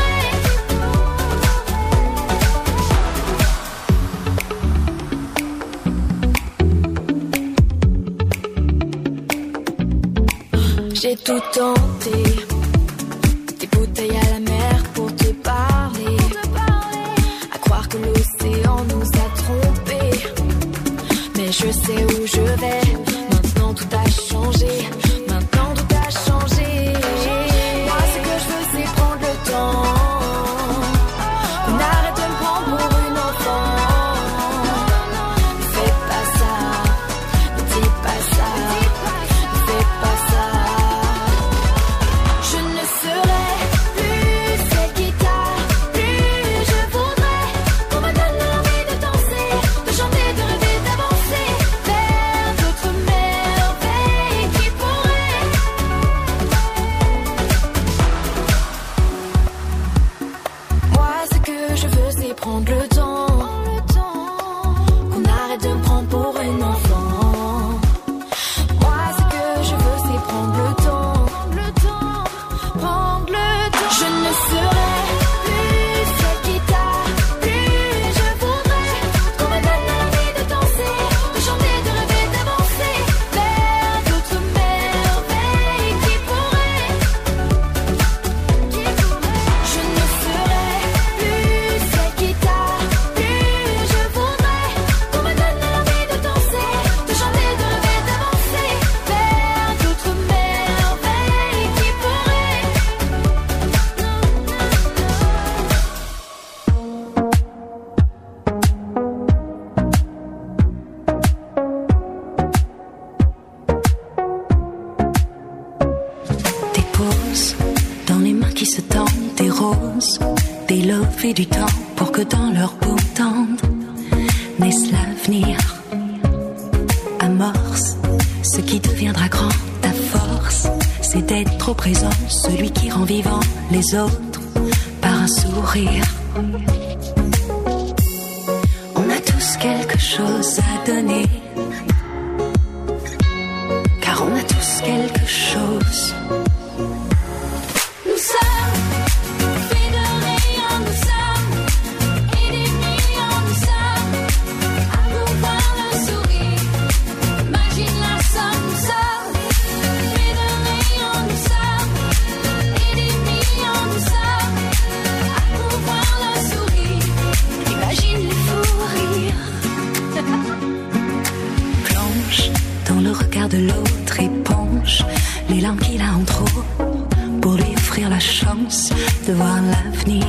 pourraient. J'ai tout tenté, des bouteilles à la mer pour te parler. Que l'océan nous a trompés, mais je sais où je vais. Maintenant tout a changé, maintenant tout a changé. Moi ce que je veux c'est prendre le temps, qu'on arrête de me prendre pour une enfant. Ne faites pas ça, ne dites pas ça, ne faites pas ça. Je ne serai plus celle qui t'a plu. Je voudrais qu'on me donne l'envie de danser, de chanter, de rêver, d'avancer vers d'autres merveilles qui pourraient. Moi ce que je veux c'est prendre le temps, qu'on arrête de me prendre pour une enfant. Moi ce que je veux c'est prendre le temps, prendre le temps. Je ne serai plus celle qui t'a plu. Je voudrais qu'on me donne l'envie de danser, de chanter, de rêver, d'avancer vers d'autres merveilles qui pourraient. Je ne serai plus celle qui t'a plu. Je voudrais qu'on me donne l'envie de danser, de chanter, de rêver, d'avancer vers d'autres merveilles qui pourraient. Des pauses dans les mains qui se tendent, des roses, des loves et du temps pour que dans leur peau tendre naisse l'avenir. Amorce Ce qui deviendra grand, ta force, c'est d'être trop présent, celui qui rend vivant les autres par un sourire. On a tous quelque chose à donner, car on a tous quelque chose. Nous sommes faits de rien, nous sommes, et des millions nous sommes, à pouvoir le sourire. Imagine la somme, nous sommes faits de rien, nous sommes, et des millions nous sommes, à pouvoir le sourire. Imagine les fous rires. Plonge dans le regard de l'autre, éponge les larmes qu'il a en trop, pour lui offrir la chance de voir l'avenir.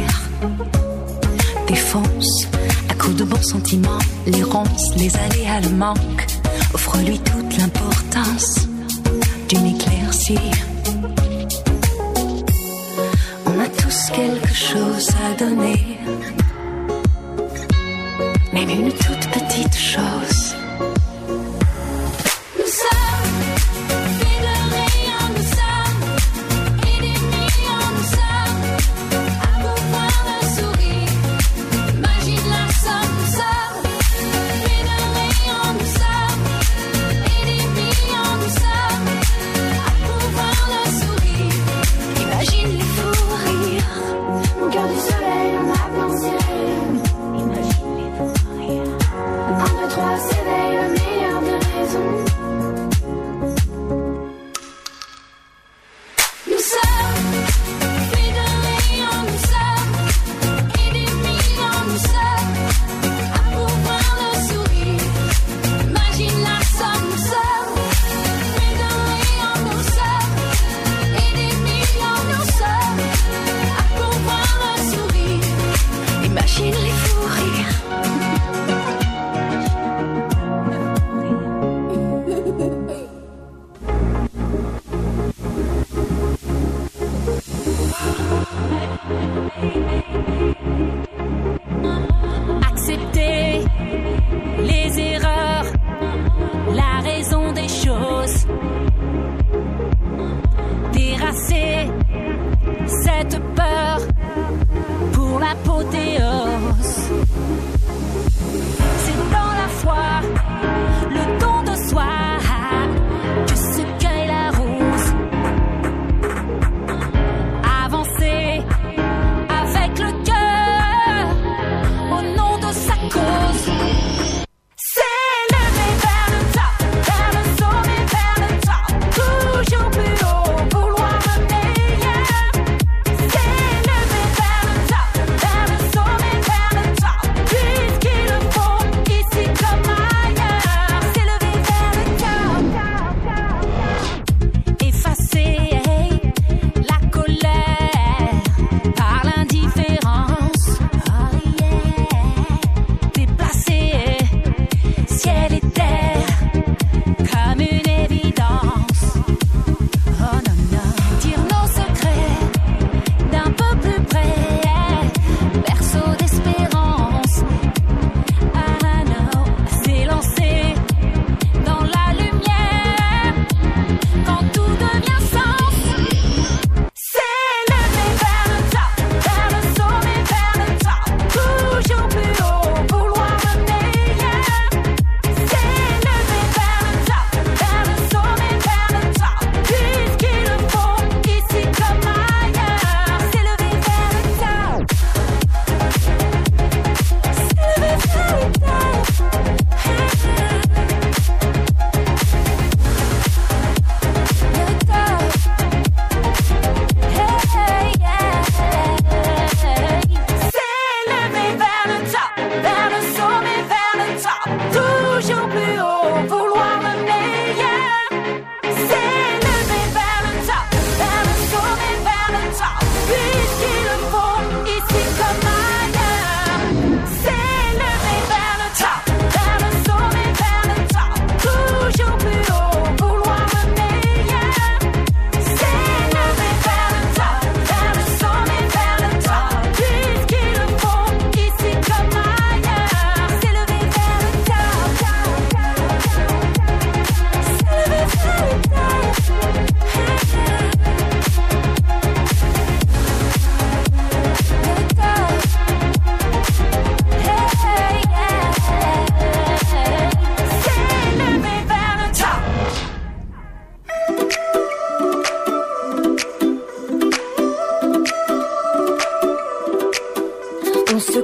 Défonce à coups de bons sentiments les ronces, les aléas, le manque. Offre-lui toute l'importance d'une éclaircie. On a tous quelque chose à donner, même une toute petite chose. Nous sommes faits de rien, nous sommes, et des millions nous sommes, à pouvoir le sourire. Imagine la somme, nous sommes faits de rien, nous sommes, et des millions nous sommes, à pouvoir le sourire. Imagine les fous rires. Mon cœur du soleil, on a plein serré. Imagine les fous rires. 1, 2, 3, c'est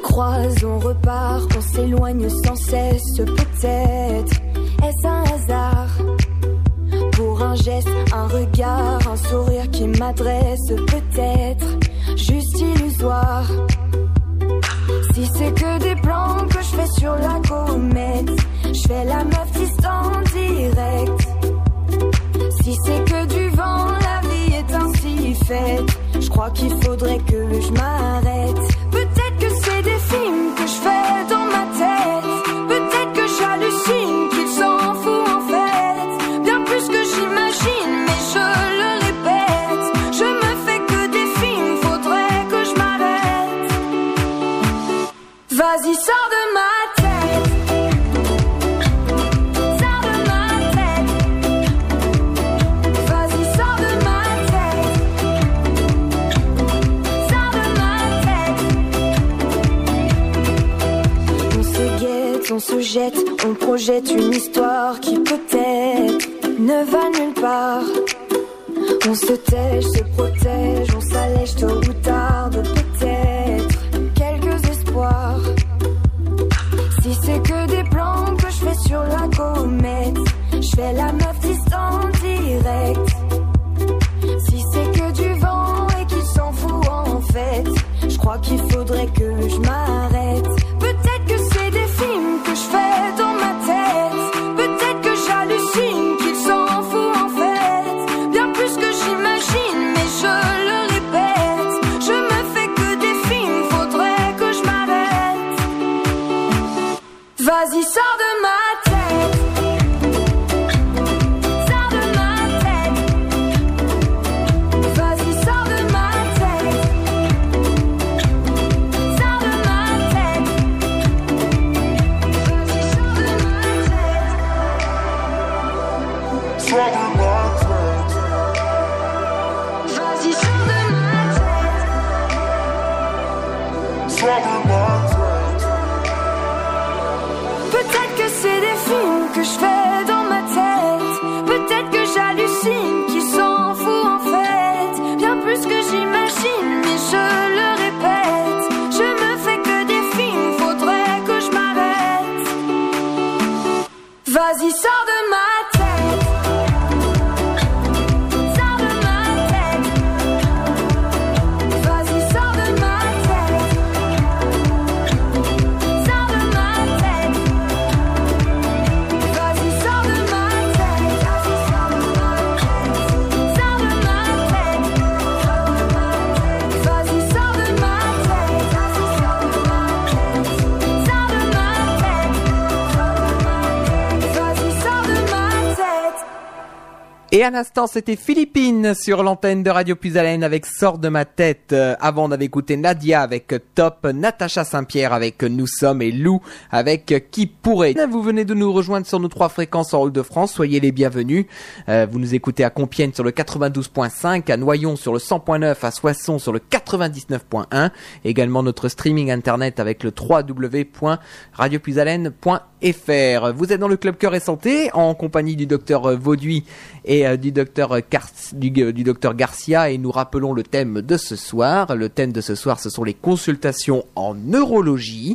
croise, on repart, on s'éloigne sans cesse. Peut-être est-ce un hasard? Pour un geste, un regard, un sourire qui m'adresse. Peut-être juste illusoire. Si c'est que des plans que je fais sur la comète, je fais la meuf distante directe. Si c'est que du vent, la vie est ainsi faite. Je crois qu'il faudrait que je m'arrête. Peut-être que c'est des films que je fais dans ma tête. Peut-être que j'hallucine qu'il s'en fout en fait. Bien plus que j'imagine, mais je le répète. Je me fais que des films, faudrait que je m'arrête. Vas-y, sors de ma tête. Sors de ma tête. Vas-y, sors de ma tête. Sors de ma tête. On se guette, on se jette, on projette une histoire qui peut-être ne va nulle part. On se tèche, se protège, on s'allège tôt ou tard de peut-être quelques espoirs. Si c'est que des plans que je fais sur la comète, je fais la meuf distante directe. Si c'est que du vent et qu'il s'en fout en fait, je crois qu'il faudrait que je m'arrête. Peut-être que c'est des films que je fais dans ma tête. Peut-être que j'hallucine qu'il s'en fout en fait. Bien plus que j'imagine, mais je le répète. Je me fais que des films, faudrait que je m'arrête. Vas-y, sors de ma tête. Sors de ma tête. Vas-y, sors de ma tête. Sors de ma tête. Vas-y, sors de ma tête. Sors de ma tête. Vas-y, sors de ma tête. Sors de ma tête. Peut-être que c'est des films que je fais dans ma tête. Peut-être que j'hallucine qu'il s'en fout en fait. Bien plus que j'imagine, mais je le répète. Je me fais que des films, faudrait que je m'arrête. Vas-y, sors de ma tête. Sors de ma tête. Vas-y, sors de ma tête. Sors de ma tête. Vas-y, sors de ma tête. Vas-y, sors de ma tête. Sors de ma tête. Vas-y, sors de ma tête. Vas-y, sors de ma tête. Sors de ma tête. Vas-y, sors de ma tête. Et à l'instant, c'était Philippine sur l'antenne de Radio Puisalène avec Sors de ma tête. Avant, on avait écouté Nadia avec Top, Natacha Saint-Pierre avec Nous sommes et Lou avec Qui pourrait. Vous venez de nous rejoindre sur nos 3 fréquences en Hall-de-France, soyez les bienvenus. Vous nous écoutez à Compiègne sur le 92.5, à Noyon sur le 100.9, à Soissons sur le 99.1. Également notre streaming internet avec le www.radiopuisalène.fr. Vous êtes dans le Club Cœur et Santé en compagnie du docteur Vauduit et du docteur Garcia, et nous rappelons le thème de ce soir. Le thème de ce soir, ce sont les consultations en neurologie.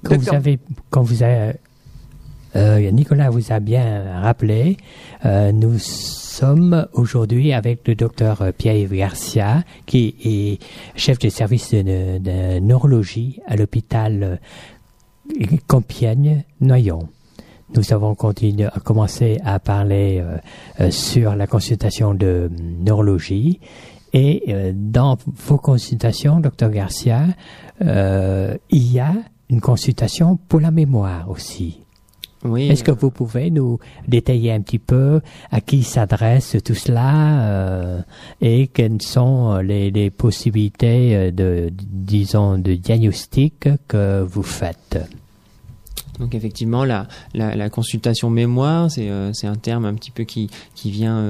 Nicolas vous a bien rappelé, nous sommes aujourd'hui avec le docteur Pierre-Yves Garcia, qui est chef de service de neurologie à l'hôpital Compiègne-Noyon. Nous avons commencé à parler sur la consultation de neurologie, et dans vos consultations, docteur Garcia, il y a une consultation pour la mémoire aussi. Oui. Est-ce que vous pouvez nous détailler un petit peu à qui s'adresse tout cela et quelles sont les possibilités de diagnostic que vous faites? Donc effectivement, la consultation mémoire, c'est un terme un petit peu qui vient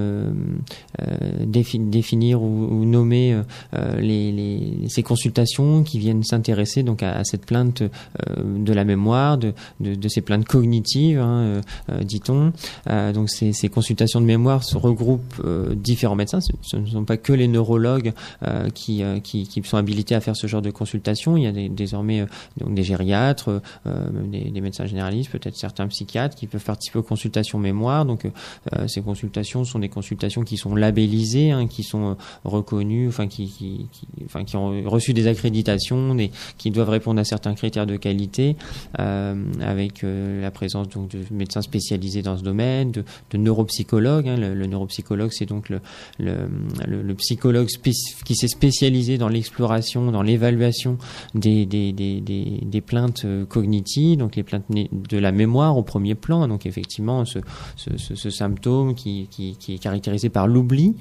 définir ou nommer ces consultations qui viennent s'intéresser donc à cette plainte de la mémoire, de ces plaintes cognitives, dit-on. Donc ces consultations de mémoire se regroupent différents médecins. Ce ne sont pas que les neurologues qui sont habilités à faire ce genre de consultation. Il y a désormais donc des gériatres, des médecins généralistes, peut-être certains psychiatres qui peuvent participer aux consultations mémoire. Donc ces consultations sont des consultations qui sont labellisées, qui sont reconnues, qui ont reçu des accréditations, qui doivent répondre à certains critères de qualité, avec la présence donc de médecins spécialisés dans ce domaine, de neuropsychologues. Le neuropsychologue, c'est donc le psychologue qui s'est spécialisé dans l'exploration, dans l'évaluation des plaintes cognitives, donc les plaintes de la mémoire au premier plan. Donc effectivement, ce symptôme qui est caractérisé par l'oubli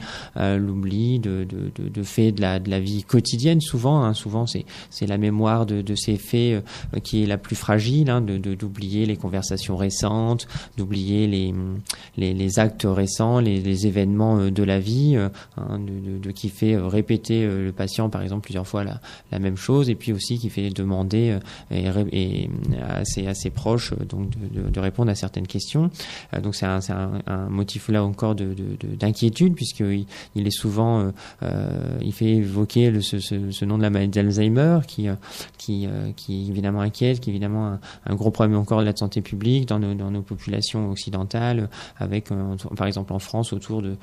de faits de la vie quotidienne. Souvent c'est la mémoire de ces faits qui est la plus fragile, d'oublier les conversations récentes, d'oublier les actes récents, les événements de la vie, qui fait répéter le patient par exemple plusieurs fois la même chose, et puis aussi qui fait demander à ses proches donc de répondre à certaines questions. Donc c'est un motif là encore d'inquiétude, puisqu'il est souvent il fait évoquer ce nom de la maladie d'Alzheimer qui évidemment inquiète, qui est évidemment un gros problème encore de la santé publique dans nos populations occidentales, avec par exemple en France autour de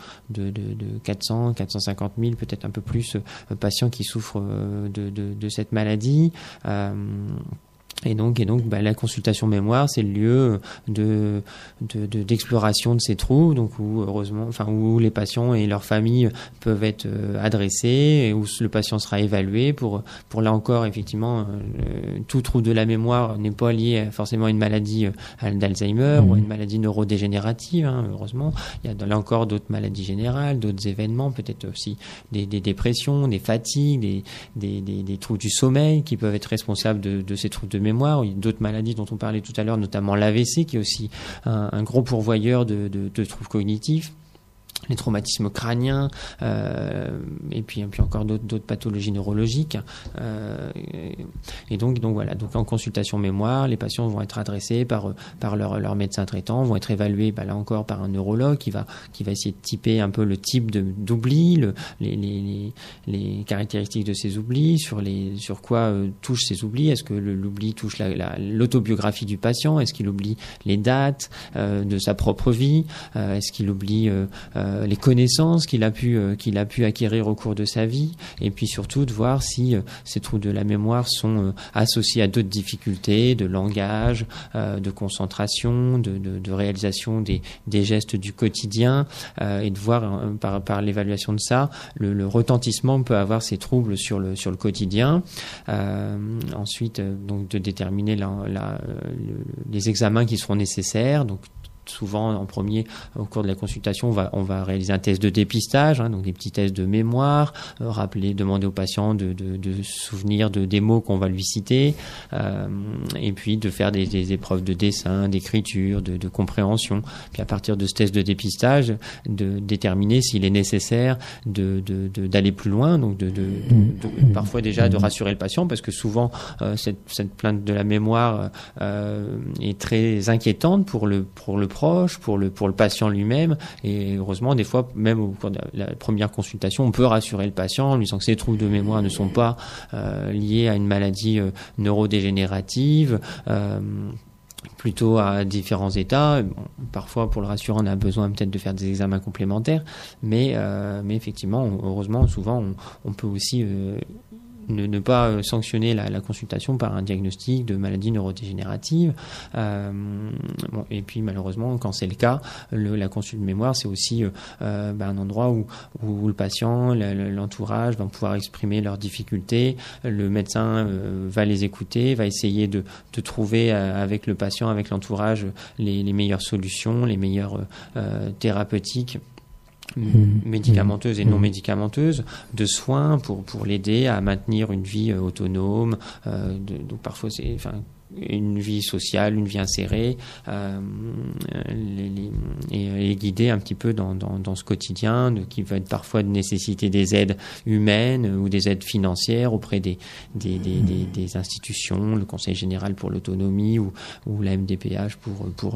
450 000, peut-être un peu plus, patients qui souffrent de cette maladie. Et donc, la consultation mémoire, c'est le lieu d'exploration de ces troubles, donc où les patients et leurs familles peuvent être adressés, et où le patient sera évalué pour là encore, effectivement, tout trouble de la mémoire n'est pas lié forcément à une maladie d'Alzheimer ou à une maladie neurodégénérative, heureusement. Il y a là encore d'autres maladies générales, d'autres événements, peut-être aussi des dépressions, des fatigues, des troubles du sommeil qui peuvent être responsables de ces troubles de mémoire. Il y a d'autres maladies dont on parlait tout à l'heure, notamment l'AVC, qui est aussi un gros pourvoyeur de troubles cognitifs. Les traumatismes crâniens, et puis encore d'autres pathologies neurologiques. Et donc voilà. Donc en consultation mémoire, les patients vont être adressés par leur médecin traitant, vont être évalués là encore par un neurologue qui va essayer de typer un peu le type d'oubli, les caractéristiques de ces oublis, sur quoi touchent ces oublis. Est-ce que l'oubli touche l'autobiographie du patient? Est-ce qu'il oublie les dates de sa propre vie? Est-ce qu'il oublie les connaissances qu'il a pu acquérir au cours de sa vie, et puis surtout de voir si ces troubles de la mémoire sont associés à d'autres difficultés de langage, de concentration, de réalisation des gestes du quotidien, et de voir par l'évaluation de ça le retentissement peut avoir ces troubles sur le quotidien. Ensuite, donc de déterminer les examens qui seront nécessaires. Donc souvent, en premier, au cours de la consultation, on va réaliser un test de dépistage, donc des petits tests de mémoire, demander au patient de souvenir des mots qu'on va lui citer, et puis de faire des épreuves de dessin, d'écriture, de compréhension. Puis à partir de ce test de dépistage, de déterminer s'il est nécessaire d'aller plus loin, donc parfois déjà de rassurer le patient, parce que souvent cette plainte de la mémoire est très inquiétante pour le proche, pour le patient lui-même, et heureusement des fois même au cours de la première consultation on peut rassurer le patient en lui disant que ces troubles de mémoire ne sont pas liés à une maladie neurodégénérative, plutôt à différents états. Parfois pour le rassurer on a besoin peut-être de faire des examens complémentaires, mais effectivement heureusement souvent on peut aussi ne pas sanctionner la consultation par un diagnostic de maladie neurodégénérative. Et puis malheureusement, quand c'est le cas, la consulte de mémoire, c'est aussi un endroit où le patient, l'entourage vont pouvoir exprimer leurs difficultés. Le médecin va les écouter, va essayer de trouver avec le patient, avec l'entourage, les meilleures solutions, les meilleures thérapeutiques, médicamenteuses et non médicamenteuses, de soins pour l'aider à maintenir une vie autonome. Donc parfois une vie sociale, une vie insérée, et guider un petit peu dans ce quotidien qui va être parfois de nécessiter des aides humaines ou des aides financières auprès des institutions, le Conseil général pour l'autonomie ou la MDPH pour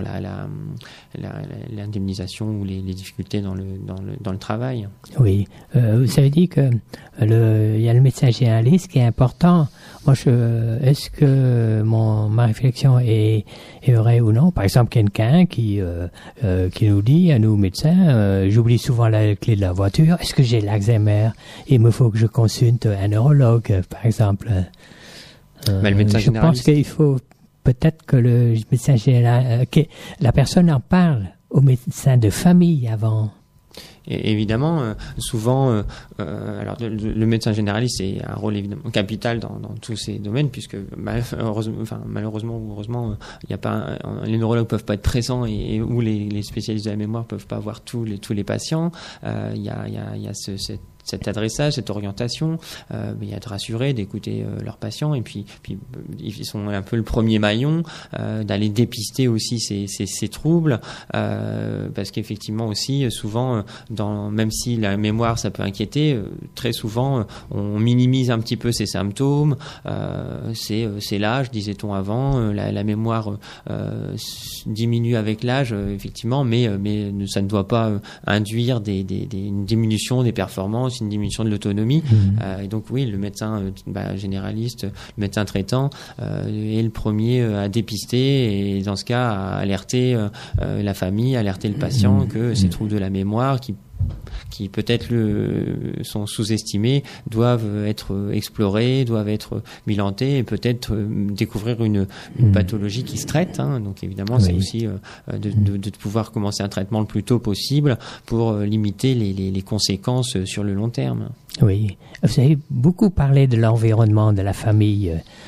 l'indemnisation ou les difficultés dans le travail. Oui, vous avez dit que il y a le médecin généraliste qui est important. Moi, est-ce que ma réflexion est vraie ou non? Par exemple, quelqu'un qui nous dit à nous médecins, j'oublie souvent la clé de la voiture. Est-ce que j'ai l'Alzheimer? Il me faut que je consulte un neurologue, par exemple. Le médecin je généraliste. pense qu'il faut peut-être que le médecin général, que la personne en parle au médecin de famille avant. Et évidemment, souvent, alors le médecin généraliste a un rôle évidemment capital dans tous ces domaines, puisque malheureusement ou heureusement, il y a pas les neurologues peuvent pas être présents ou les spécialistes de la mémoire peuvent pas voir tous les patients. Il y a cet adressage, cette orientation, il y a de rassurer, d'écouter leurs patients, et puis ils sont un peu le premier maillon, d'aller dépister aussi ces troubles, parce qu'effectivement aussi souvent même si la mémoire ça peut inquiéter, très souvent on minimise un petit peu ces symptômes, c'est l'âge, disait-on avant, la mémoire diminue avec l'âge, effectivement, mais ça ne doit pas induire une diminution des performances, une diminution de l'autonomie. Et donc oui, le médecin généraliste, le médecin traitant est le premier à dépister et dans ce cas à alerter la famille, alerter le patient que ces troubles de la mémoire qui peut-être sont sous-estimés, doivent être explorés, doivent être bilantés et peut-être découvrir une pathologie qui se traite. Donc évidemment, c'est aussi de pouvoir commencer un traitement le plus tôt possible pour limiter les conséquences sur le long terme. Oui, vous avez beaucoup parlé de l'environnement, de la famille.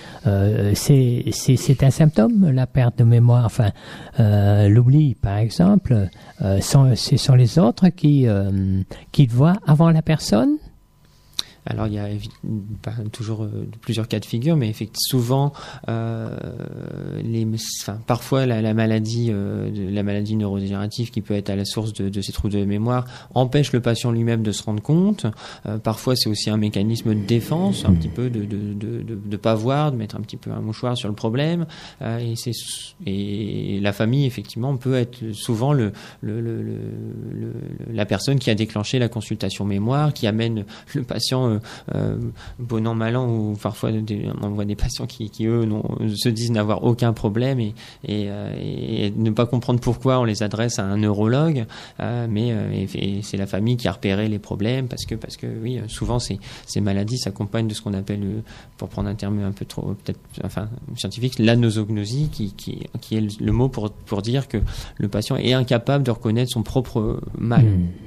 C'est un symptôme, la perte de mémoire, enfin l'oubli par exemple, ce sont les autres qui le voient avant la personne. Alors il y a toujours plusieurs cas de figure, mais effectivement souvent parfois la maladie neurodégénérative qui peut être à la source de ces troubles de mémoire empêche le patient lui-même de se rendre compte. Parfois c'est aussi un mécanisme de défense, un petit peu de pas voir, de mettre un petit peu un mouchoir sur le problème. Et la famille effectivement peut être souvent la personne qui a déclenché la consultation mémoire, qui amène le patient bon an mal an, ou parfois on voit des patients qui eux se disent n'avoir aucun problème et ne pas comprendre pourquoi on les adresse à un neurologue, mais c'est la famille qui a repéré les problèmes parce que oui, souvent ces maladies s'accompagnent de ce qu'on appelle, pour prendre un terme un peu trop peut-être scientifique, l'anosognosie qui est le mot pour dire que le patient est incapable de reconnaître son propre mal.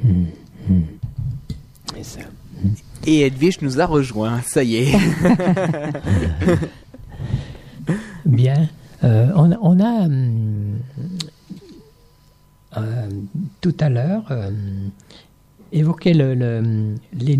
C'est ça. Et Edwige nous a rejoint, ça y est. Bien. On a tout à l'heure évoqué les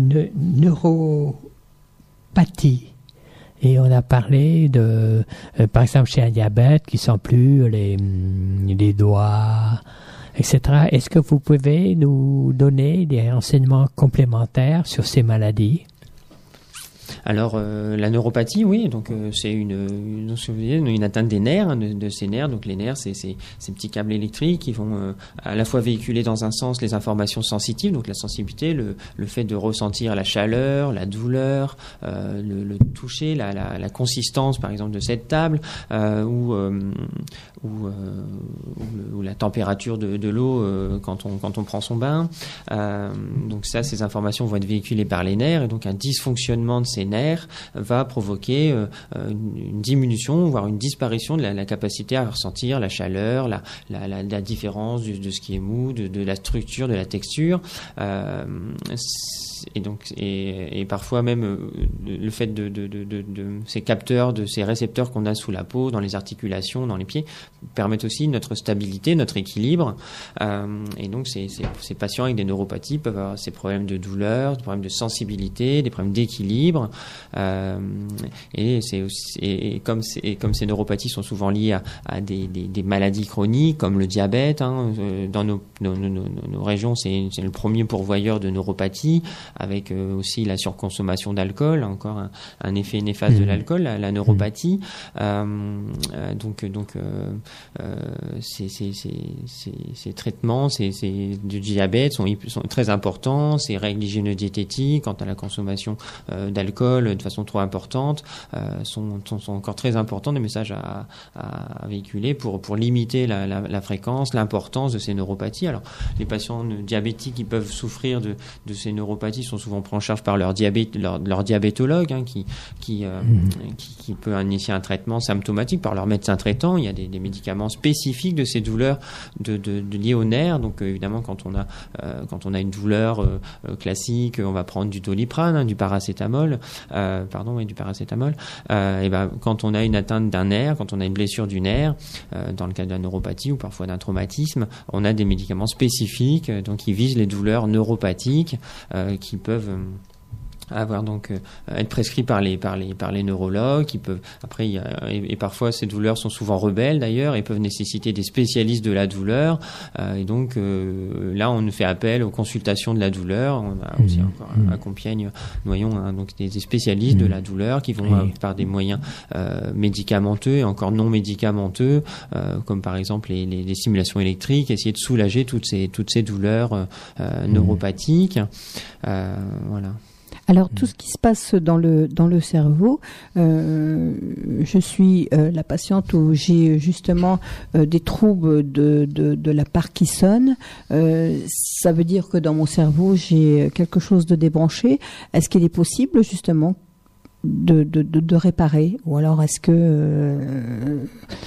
neuropathies. Et on a parlé de, par exemple, chez un diabète, qui sont plus les doigts, etc. Est-ce que vous pouvez nous donner des renseignements complémentaires sur ces maladies? Alors la neuropathie, oui, donc c'est une atteinte des nerfs, de ces nerfs. Donc les nerfs, c'est ces petits câbles électriques qui vont à la fois véhiculer dans un sens les informations sensitives, donc la sensibilité, le fait de ressentir la chaleur, la douleur, le toucher, la consistance, par exemple, de cette table, ou la température de l'eau quand on prend son bain. Donc ça, ces informations vont être véhiculées par les nerfs, et donc un dysfonctionnement de ces nerfs va provoquer une diminution, voire une disparition de la capacité à ressentir la chaleur, la différence de ce qui est mou, de la structure, de la texture. et parfois même le fait de ces capteurs, de ces récepteurs qu'on a sous la peau, dans les articulations, dans les pieds, permettent aussi notre stabilité, notre équilibre. Et donc ces patients avec des neuropathies peuvent avoir ces problèmes de douleur, des problèmes de sensibilité, des problèmes d'équilibre. Et comme ces neuropathies sont souvent liées à des maladies chroniques comme le diabète, dans nos régions, c'est le premier pourvoyeur de neuropathie, avec aussi la surconsommation d'alcool, encore un effet néfaste de l'alcool, la neuropathie. Ces traitements, du diabète sont très importants. Ces règles hygiéno-diététiques quant à la consommation d'alcool de façon trop importante sont encore très importants, des messages à véhiculer pour limiter la fréquence, l'importance de ces neuropathies. Alors, les patients diabétiques qui peuvent souffrir de ces neuropathies sont souvent pris en charge par leur diabétologue, qui peut initier un traitement symptomatique par leur médecin traitant. Il y a des médicaments spécifiques de ces douleurs liées aux nerfs. Donc évidemment, quand on a une douleur classique, on va prendre du Doliprane, du paracétamol. Quand on a une atteinte d'un nerf, quand on a une blessure du nerf, dans le cas de la neuropathie ou parfois d'un traumatisme, on a des médicaments spécifiques qui visent les douleurs neuropathiques qui peuvent être prescrits par les neurologues, qui peuvent et parfois ces douleurs sont souvent rebelles d'ailleurs et peuvent nécessiter des spécialistes de la douleur, et donc là on fait appel aux consultations de la douleur. On a aussi encore à Compiègne, Noyon, donc des spécialistes de la douleur qui vont par des moyens médicamenteux et encore non médicamenteux, comme par exemple les stimulations électriques, essayer de soulager toutes ces douleurs neuropathiques. Voilà. Alors tout ce qui se passe dans le cerveau, je suis la patiente où j'ai justement des troubles de la Parkinson. Ça veut dire que dans mon cerveau j'ai quelque chose de débranché. Est-ce qu'il est possible justement de réparer, ou alors est-ce que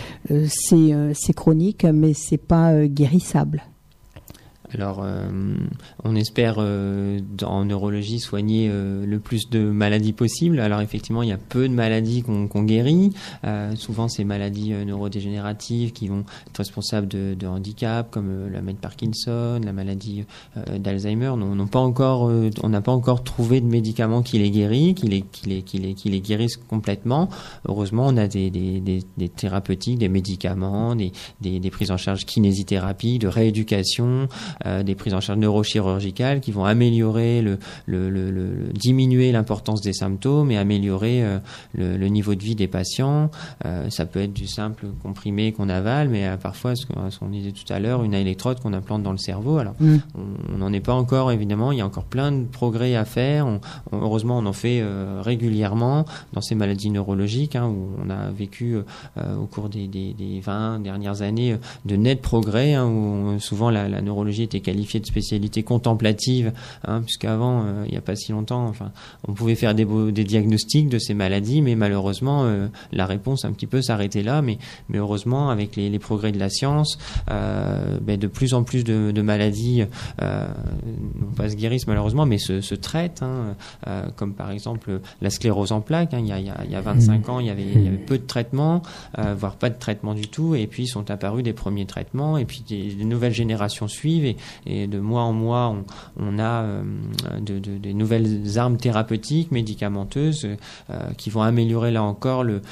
c'est chronique mais c'est pas guérissable? Alors, on espère en neurologie soigner le plus de maladies possible. Alors effectivement, il y a peu de maladies qu'on guérit. Souvent, ces maladies neurodégénératives qui vont être responsables de handicap, comme la maladie de Parkinson, la maladie d'Alzheimer, on n'a pas encore trouvé de médicaments qui les guérissent, qui les guérissent complètement. Heureusement, on a des thérapeutiques, des médicaments, des prises en charge kinésithérapie, de rééducation, des prises en charge neurochirurgicales qui vont améliorer diminuer l'importance des symptômes et améliorer le niveau de vie des patients. Ça peut être du simple comprimé qu'on avale, mais parfois, ce qu'on disait tout à l'heure, une électrode qu'on implante dans le cerveau. Alors, on n'en est pas encore, évidemment, il y a encore plein de progrès à faire. Heureusement, on en fait régulièrement dans ces maladies neurologiques, où on a vécu au cours des 20 dernières années de nets progrès, où souvent la neurologie était qualifiée de spécialité contemplative, puisqu'avant, il n'y a pas si longtemps, on pouvait faire des diagnostics de ces maladies, mais malheureusement, la réponse un petit peu s'arrêtait là. Mais heureusement, avec les progrès de la science, de plus en plus de maladies non pas se guérissent malheureusement, mais se traitent, comme par exemple la sclérose en plaques. Il y a 25 ans, il y avait peu de traitements, voire pas de traitement du tout, et puis sont apparus des premiers traitements, et puis des nouvelles générations suivent, et de mois en mois, on a des nouvelles armes thérapeutiques, médicamenteuses, qui vont améliorer là encore le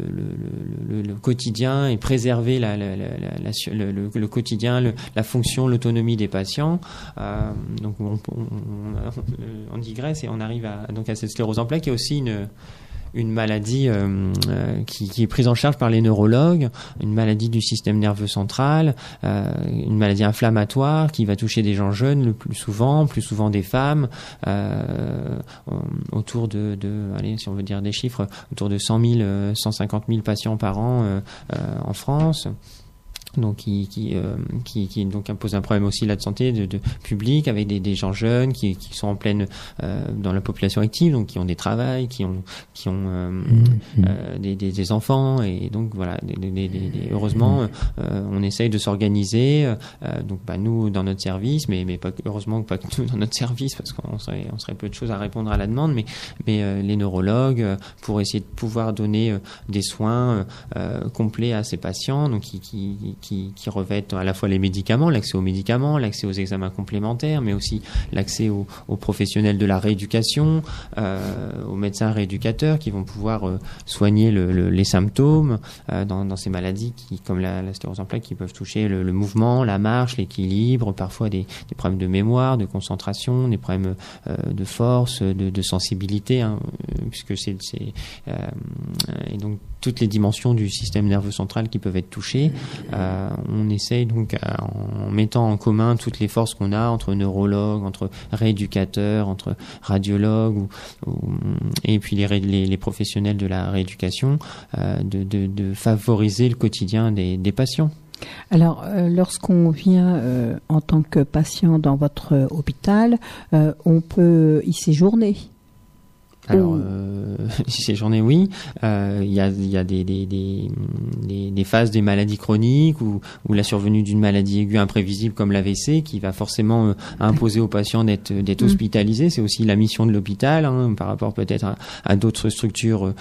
quotidien et préserver le quotidien, la fonction, l'autonomie des patients. Donc on digresse et on arrive à cette sclérose en plaques. Il y a aussi une maladie qui est prise en charge par les neurologues, une maladie du système nerveux central, une maladie inflammatoire qui va toucher des gens jeunes le plus souvent des femmes, autour de allez, si on veut dire des chiffres, autour de 100 000, 150 000 patients par an en France. donc qui donc pose un problème aussi là de santé de public, avec des gens jeunes qui sont en pleine dans la population active, donc qui ont des travails, qui ont des enfants, et donc voilà, heureusement on essaye de s'organiser, donc nous dans notre service, mais pas heureusement pas que nous dans notre service, parce qu'on serait peu de choses à répondre à la demande, mais les neurologues, pour essayer de pouvoir donner des soins complets à ces patients, donc qui revêtent à la fois les médicaments, l'accès aux médicaments, l'accès aux examens complémentaires, mais aussi l'accès aux professionnels de la rééducation, aux médecins rééducateurs qui vont pouvoir soigner les symptômes dans ces maladies comme la sclérose en plaques, qui peuvent toucher le mouvement, la marche, l'équilibre, parfois des problèmes de mémoire, de concentration, des problèmes de force, de sensibilité, puisque et donc toutes les dimensions du système nerveux central qui peuvent être touchées. On essaye donc, en mettant en commun toutes les forces qu'on a entre neurologues, entre rééducateurs, entre radiologues, et puis les professionnels de la rééducation, de favoriser le quotidien des patients. Alors, lorsqu'on vient en tant que patient dans votre hôpital, on peut y séjourner. Alors, ces journées, oui. Il y a des phases des maladies chroniques ou la survenue d'une maladie aiguë imprévisible comme l'AVC qui va forcément imposer aux patients d'être hospitalisés. C'est aussi la mission de l'hôpital, par rapport peut-être à d'autres structures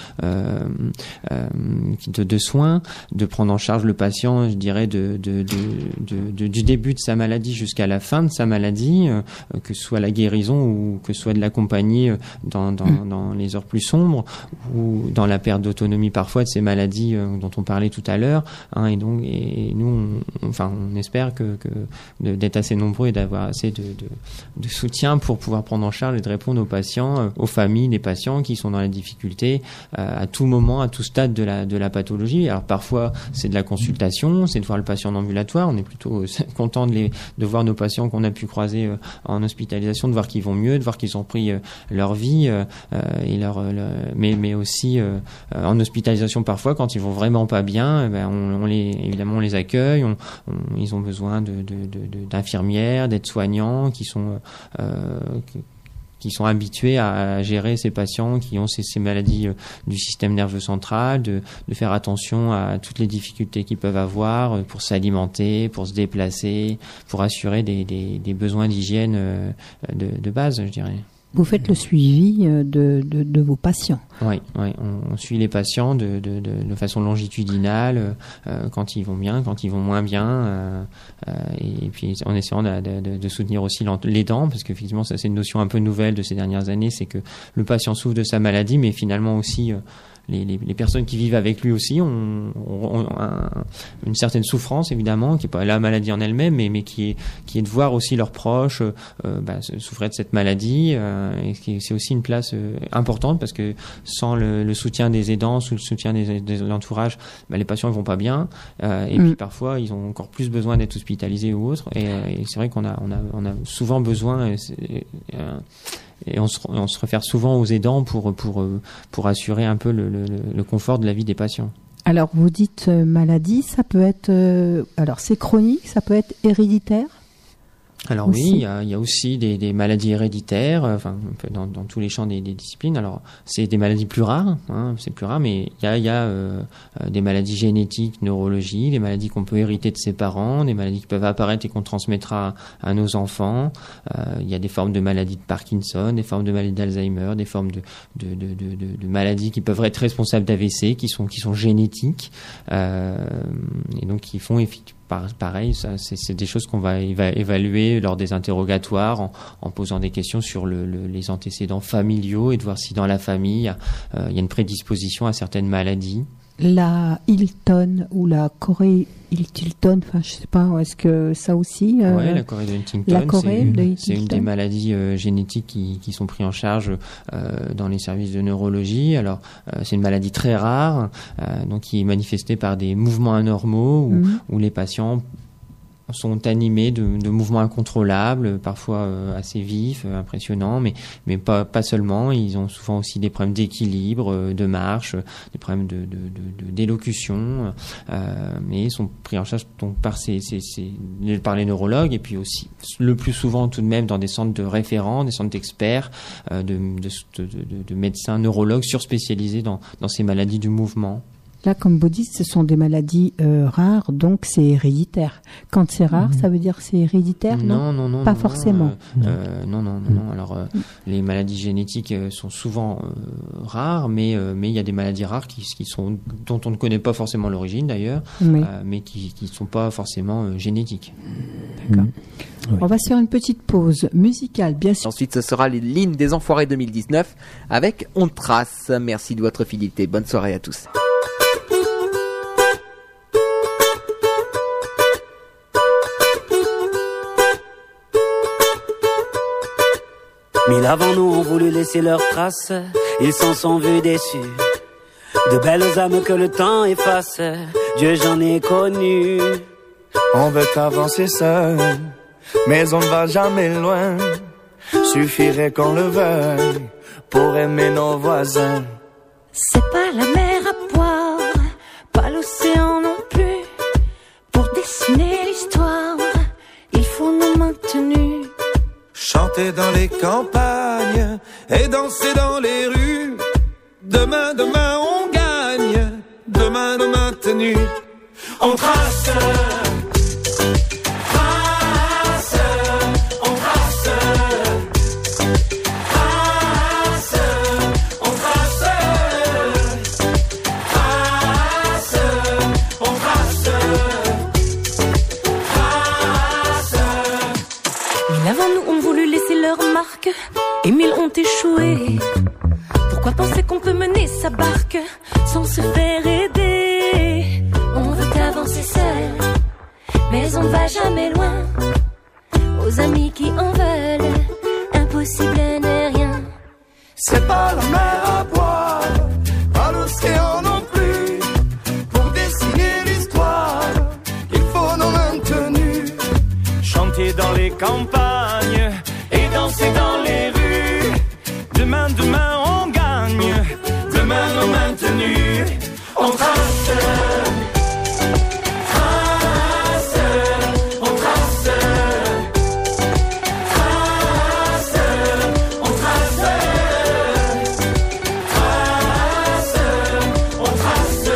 de soins, de prendre en charge le patient, je dirais, du début de sa maladie jusqu'à la fin de sa maladie, que ce soit la guérison ou que ce soit de l'accompagner dans les heures plus sombres ou dans la perte d'autonomie parfois de ces maladies dont on parlait tout à l'heure, et nous on espère que d'être assez nombreux et d'avoir assez de soutien pour pouvoir prendre en charge et de répondre aux patients, aux familles des patients qui sont dans la difficulté à tout moment, à tout stade de la pathologie. Alors parfois c'est de la consultation, c'est de voir le patient en ambulatoire. On est plutôt content de voir nos patients qu'on a pu croiser en hospitalisation, de voir qu'ils vont mieux, de voir qu'ils ont pris leur vie, mais aussi en hospitalisation parfois quand ils vont vraiment pas bien, on les accueille, ils ont besoin d'infirmières, d'aides-soignants qui sont habitués à gérer ces patients qui ont ces maladies du système nerveux central, de faire attention à toutes les difficultés qu'ils peuvent avoir pour s'alimenter, pour se déplacer, pour assurer des besoins d'hygiène de base, je dirais. Vous faites le suivi de vos patients. Oui, on suit les patients de façon longitudinale, quand ils vont bien, quand ils vont moins bien, et puis en essayant de soutenir aussi l'aidant, parce qu'effectivement ça c'est une notion un peu nouvelle de ces dernières années, c'est que le patient souffre de sa maladie, mais finalement aussi les personnes qui vivent avec lui aussi ont une certaine souffrance, évidemment, qui n'est pas la maladie en elle-même, mais qui est de voir aussi leurs proches souffrir de cette maladie, et c'est aussi une place importante, parce que sans le soutien des aidants, sous le soutien de l'entourage, les patients ne vont pas bien, et puis parfois ils ont encore plus besoin d'être hospitalisés ou autres, et c'est vrai qu'on a souvent besoin, et on se réfère souvent aux aidants pour assurer un peu le confort de la vie des patients. Alors vous dites maladie, ça peut être alors c'est chronique, ça peut être héréditaire. Alors aussi. Oui, il y a aussi des maladies héréditaires, dans tous les champs des disciplines. Alors c'est des maladies plus rares, c'est plus rare, mais il y a des maladies génétiques, neurologie, des maladies qu'on peut hériter de ses parents, des maladies qui peuvent apparaître et qu'on transmettra à nos enfants. Il y a des formes de maladies de Parkinson, des formes de maladies d'Alzheimer, des formes de maladies qui peuvent être responsables d'AVC, qui sont génétiques, et donc qui font effectivement. Pareil, ça, c'est des choses qu'on va évaluer lors des interrogatoires en posant des questions sur les antécédents familiaux et de voir si dans la famille il y a une prédisposition à certaines maladies. La Hilton ou la Corée Hilton, je sais pas, est-ce que ça aussi Oui, la Corée de Huntington, c'est une des maladies génétiques qui sont prises en charge dans les services de neurologie. Alors, c'est une maladie très rare, donc qui est manifestée par des mouvements anormaux où les patients sont animés de mouvements incontrôlables, parfois assez vifs, impressionnants, mais pas seulement. Ils ont souvent aussi des problèmes d'équilibre, de marche, des problèmes d'élocution, mais ils sont pris en charge donc par les neurologues, et puis aussi le plus souvent tout de même dans des centres de référents, des centres d'experts, de médecins neurologues surspécialisés dans ces maladies du mouvement. Là, comme vous dites, ce sont des maladies rares, donc c'est héréditaire. Quand c'est rare, ça veut dire que c'est héréditaire, non? Non, pas forcément. Non. Alors, les maladies génétiques sont souvent rares, mais il y a des maladies rares dont on ne connaît pas forcément l'origine d'ailleurs, mais qui ne sont pas forcément génétiques. D'accord. Oui. On va se faire une petite pause musicale, bien sûr. Ensuite, ce sera les lignes des Enfoirés 2019 avec On Trace. Merci de votre fidélité. Bonne soirée à tous. Mille avant nous ont voulu laisser leurs traces, ils s'en sont vus déçus. De belles âmes que le temps efface, Dieu j'en ai connu. On veut avancer seul, mais on ne va jamais loin. Suffirait qu'on le veuille pour aimer nos voisins. C'est pas la mer à boire, pas l'océan non plus. Pour dessiner l'histoire, il faut nous maintenir. Chanter dans les campagnes et danser dans les rues. Demain, demain, on gagne. Demain, demain, tenu. On trace. Trace. On trace. Trace. On trace. Trace. On trace. Trace. Mille avant nous ont voulu laisser leur marque et mille ont échoué. Pourquoi penser qu'on peut mener sa barque sans se faire aider? On veut avancer seul, mais on ne va jamais loin. Aux amis qui en veulent, impossible n'est rien. C'est pas la mer à boire, pas l'océan non plus. Pour dessiner l'histoire, il faut nos mains tenues. Chanter dans les campagnes et danser dans les rues. Demain, demain, on gagne. Demain, nos mains tenues. On trace. Trace. On trace. Trace. On trace. Trace. On trace.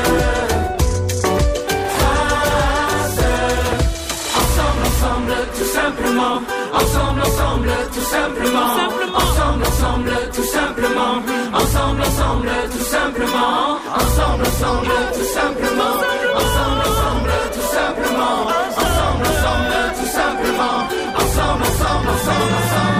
Trace. Ensemble, ensemble, tout simplement. Ensemble, ensemble, tout simplement. Ensemble, ensemble, tout simplement. Ensemble, ensemble, tout simplement. Ensemble, ensemble, tout simplement. Ensemble, ensemble, tout simplement. Ensemble, ensemble, tout simplement. Ensemble, ensemble, ensemble, ensemble.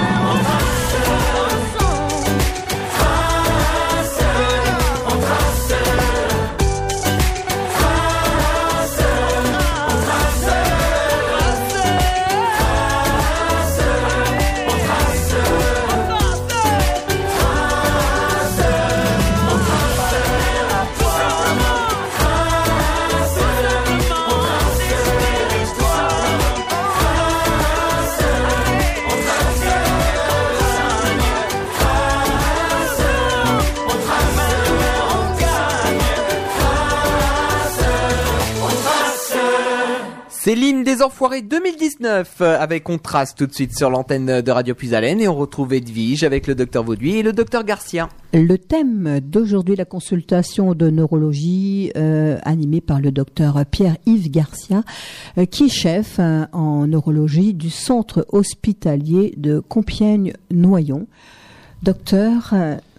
C'est l'hymne des Enfoirés 2019 avec On Trace tout de suite sur l'antenne de Radio Puisalène et on retrouve Edwige avec le docteur Vauduit et le docteur Garcia. Le thème d'aujourd'hui, la consultation de neurologie animée par le docteur Pierre-Yves Garcia qui est chef en neurologie du centre hospitalier de Compiègne-Noyon. Docteur,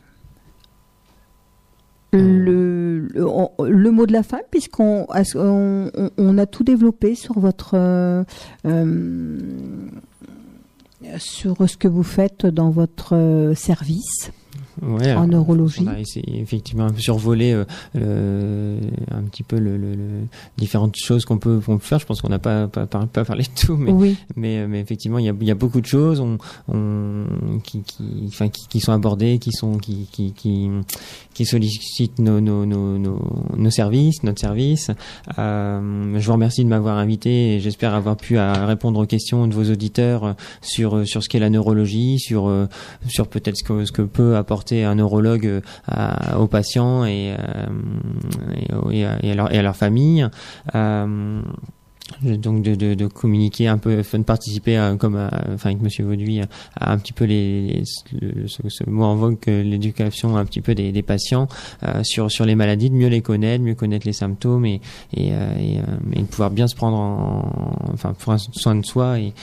le mot de la fin, puisqu'on on a tout développé sur votre sur ce que vous faites dans votre service. Ouais, en neurologie. On a essayé effectivement un peu survoler un petit peu différentes choses qu'on peut faire. Je pense qu'on n'a pas parlé de tout, mais effectivement il y a beaucoup de choses qui sont abordées, qui sollicitent nos services, notre service. Je vous remercie de m'avoir invité et j'espère avoir pu répondre aux questions de vos auditeurs sur ce qu'est la neurologie, sur peut-être ce que peut apporter un neurologue aux patients et à leur famille. Donc de communiquer un peu, de participer avec Monsieur Vauduit à un petit peu ce mot en vogue, l'éducation un petit peu des patients sur les maladies, de mieux connaître les symptômes et de pouvoir bien se prendre prendre soin de soi et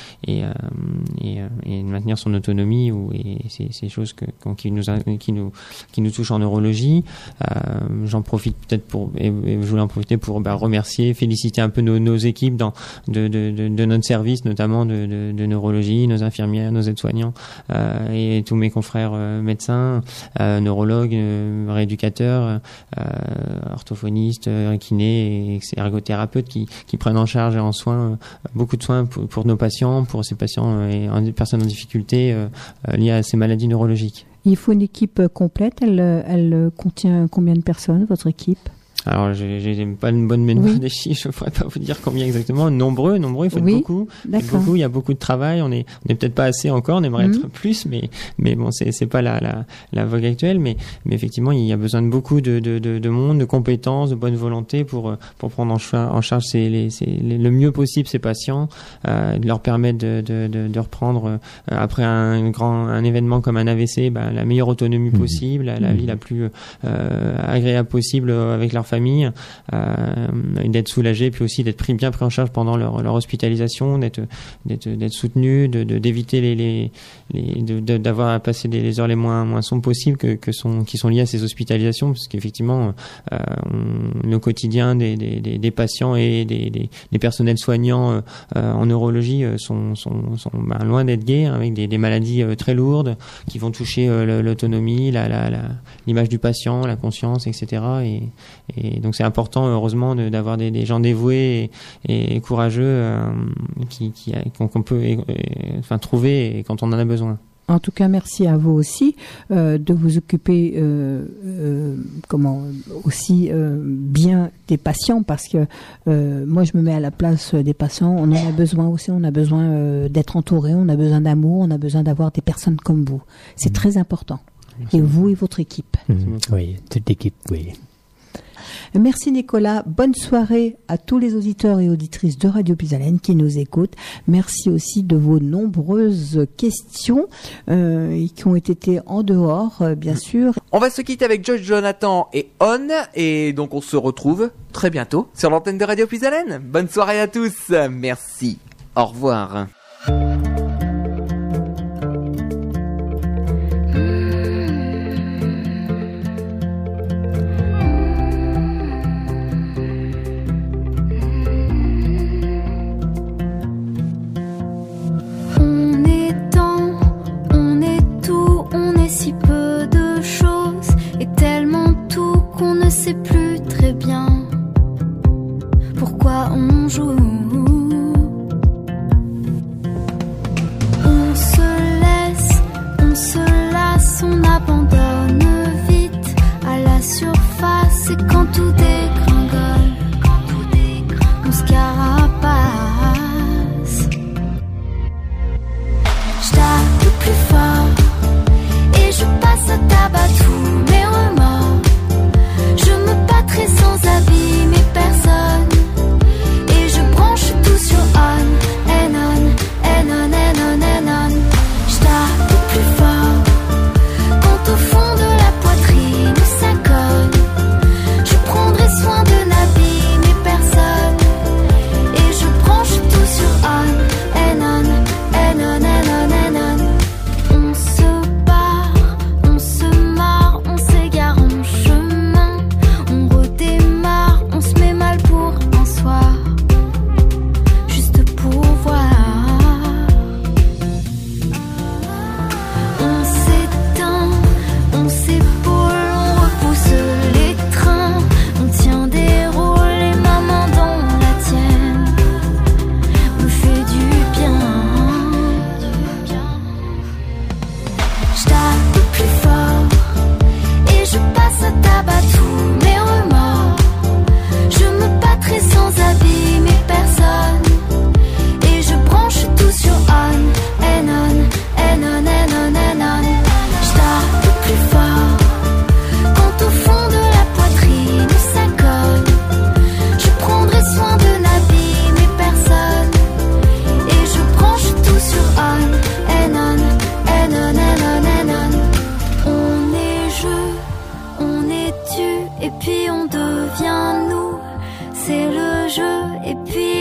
de maintenir son autonomie et ces choses qui nous touchent en neurologie. J'en profite peut-être je voulais en profiter pour remercier, féliciter un peu nos équipes de notre service, notamment de neurologie, nos infirmières, nos aides-soignants et tous mes confrères médecins, neurologues, rééducateurs, orthophonistes, kinés et ergothérapeutes qui prennent en charge et en soin beaucoup de soins pour nos patients, pour ces patients et des personnes en difficulté liées à ces maladies neurologiques. Il faut une équipe complète. Elle contient combien de personnes, votre équipe ? Alors, j'ai pas une bonne mémoire des chiffres, je pourrais pas vous dire combien exactement. Nombreux, il faut beaucoup. Il y a beaucoup de travail. On est peut-être pas assez encore, on aimerait être plus, mais bon, c'est pas la vogue actuelle, mais effectivement, il y a besoin de beaucoup de monde, de compétences, de bonne volonté pour prendre en charge le mieux possible ces patients, de leur permettre de reprendre après un événement comme un AVC, la meilleure autonomie possible, la vie la plus agréable possible avec leur famille, d'être soulagé, puis aussi d'être bien pris en charge pendant leur hospitalisation, d'être soutenu, d'éviter d'avoir à passer les heures les moins sombres possibles qui sont liées à ces hospitalisations, parce qu'effectivement le quotidien des patients et des personnels soignants en neurologie sont loin d'être gais, avec des maladies très lourdes qui vont toucher l'autonomie, l'image du patient, la conscience, etc. Et donc c'est important, heureusement, d'avoir des gens dévoués et courageux qu'on peut trouver quand on en a besoin. En tout cas, merci à vous aussi de vous occuper aussi bien des patients, parce que moi je me mets à la place des patients. On en a besoin aussi, on a besoin d'être entouré, on a besoin d'amour, on a besoin d'avoir des personnes comme vous. C'est très important. Merci. Et vous et votre équipe. Oui, toute l'équipe, oui. Merci Nicolas, bonne soirée à tous les auditeurs et auditrices de Radio Puisalène qui nous écoutent. Merci aussi de vos nombreuses questions qui ont été en dehors, bien sûr. On va se quitter avec Josh, Jonathan et On, et donc on se retrouve très bientôt sur l'antenne de Radio Puisalène. Bonne soirée à tous, merci, au revoir. Si peu de choses et tellement tout qu'on ne sait plus très bien pourquoi on joue. c'est le jeu. Et puis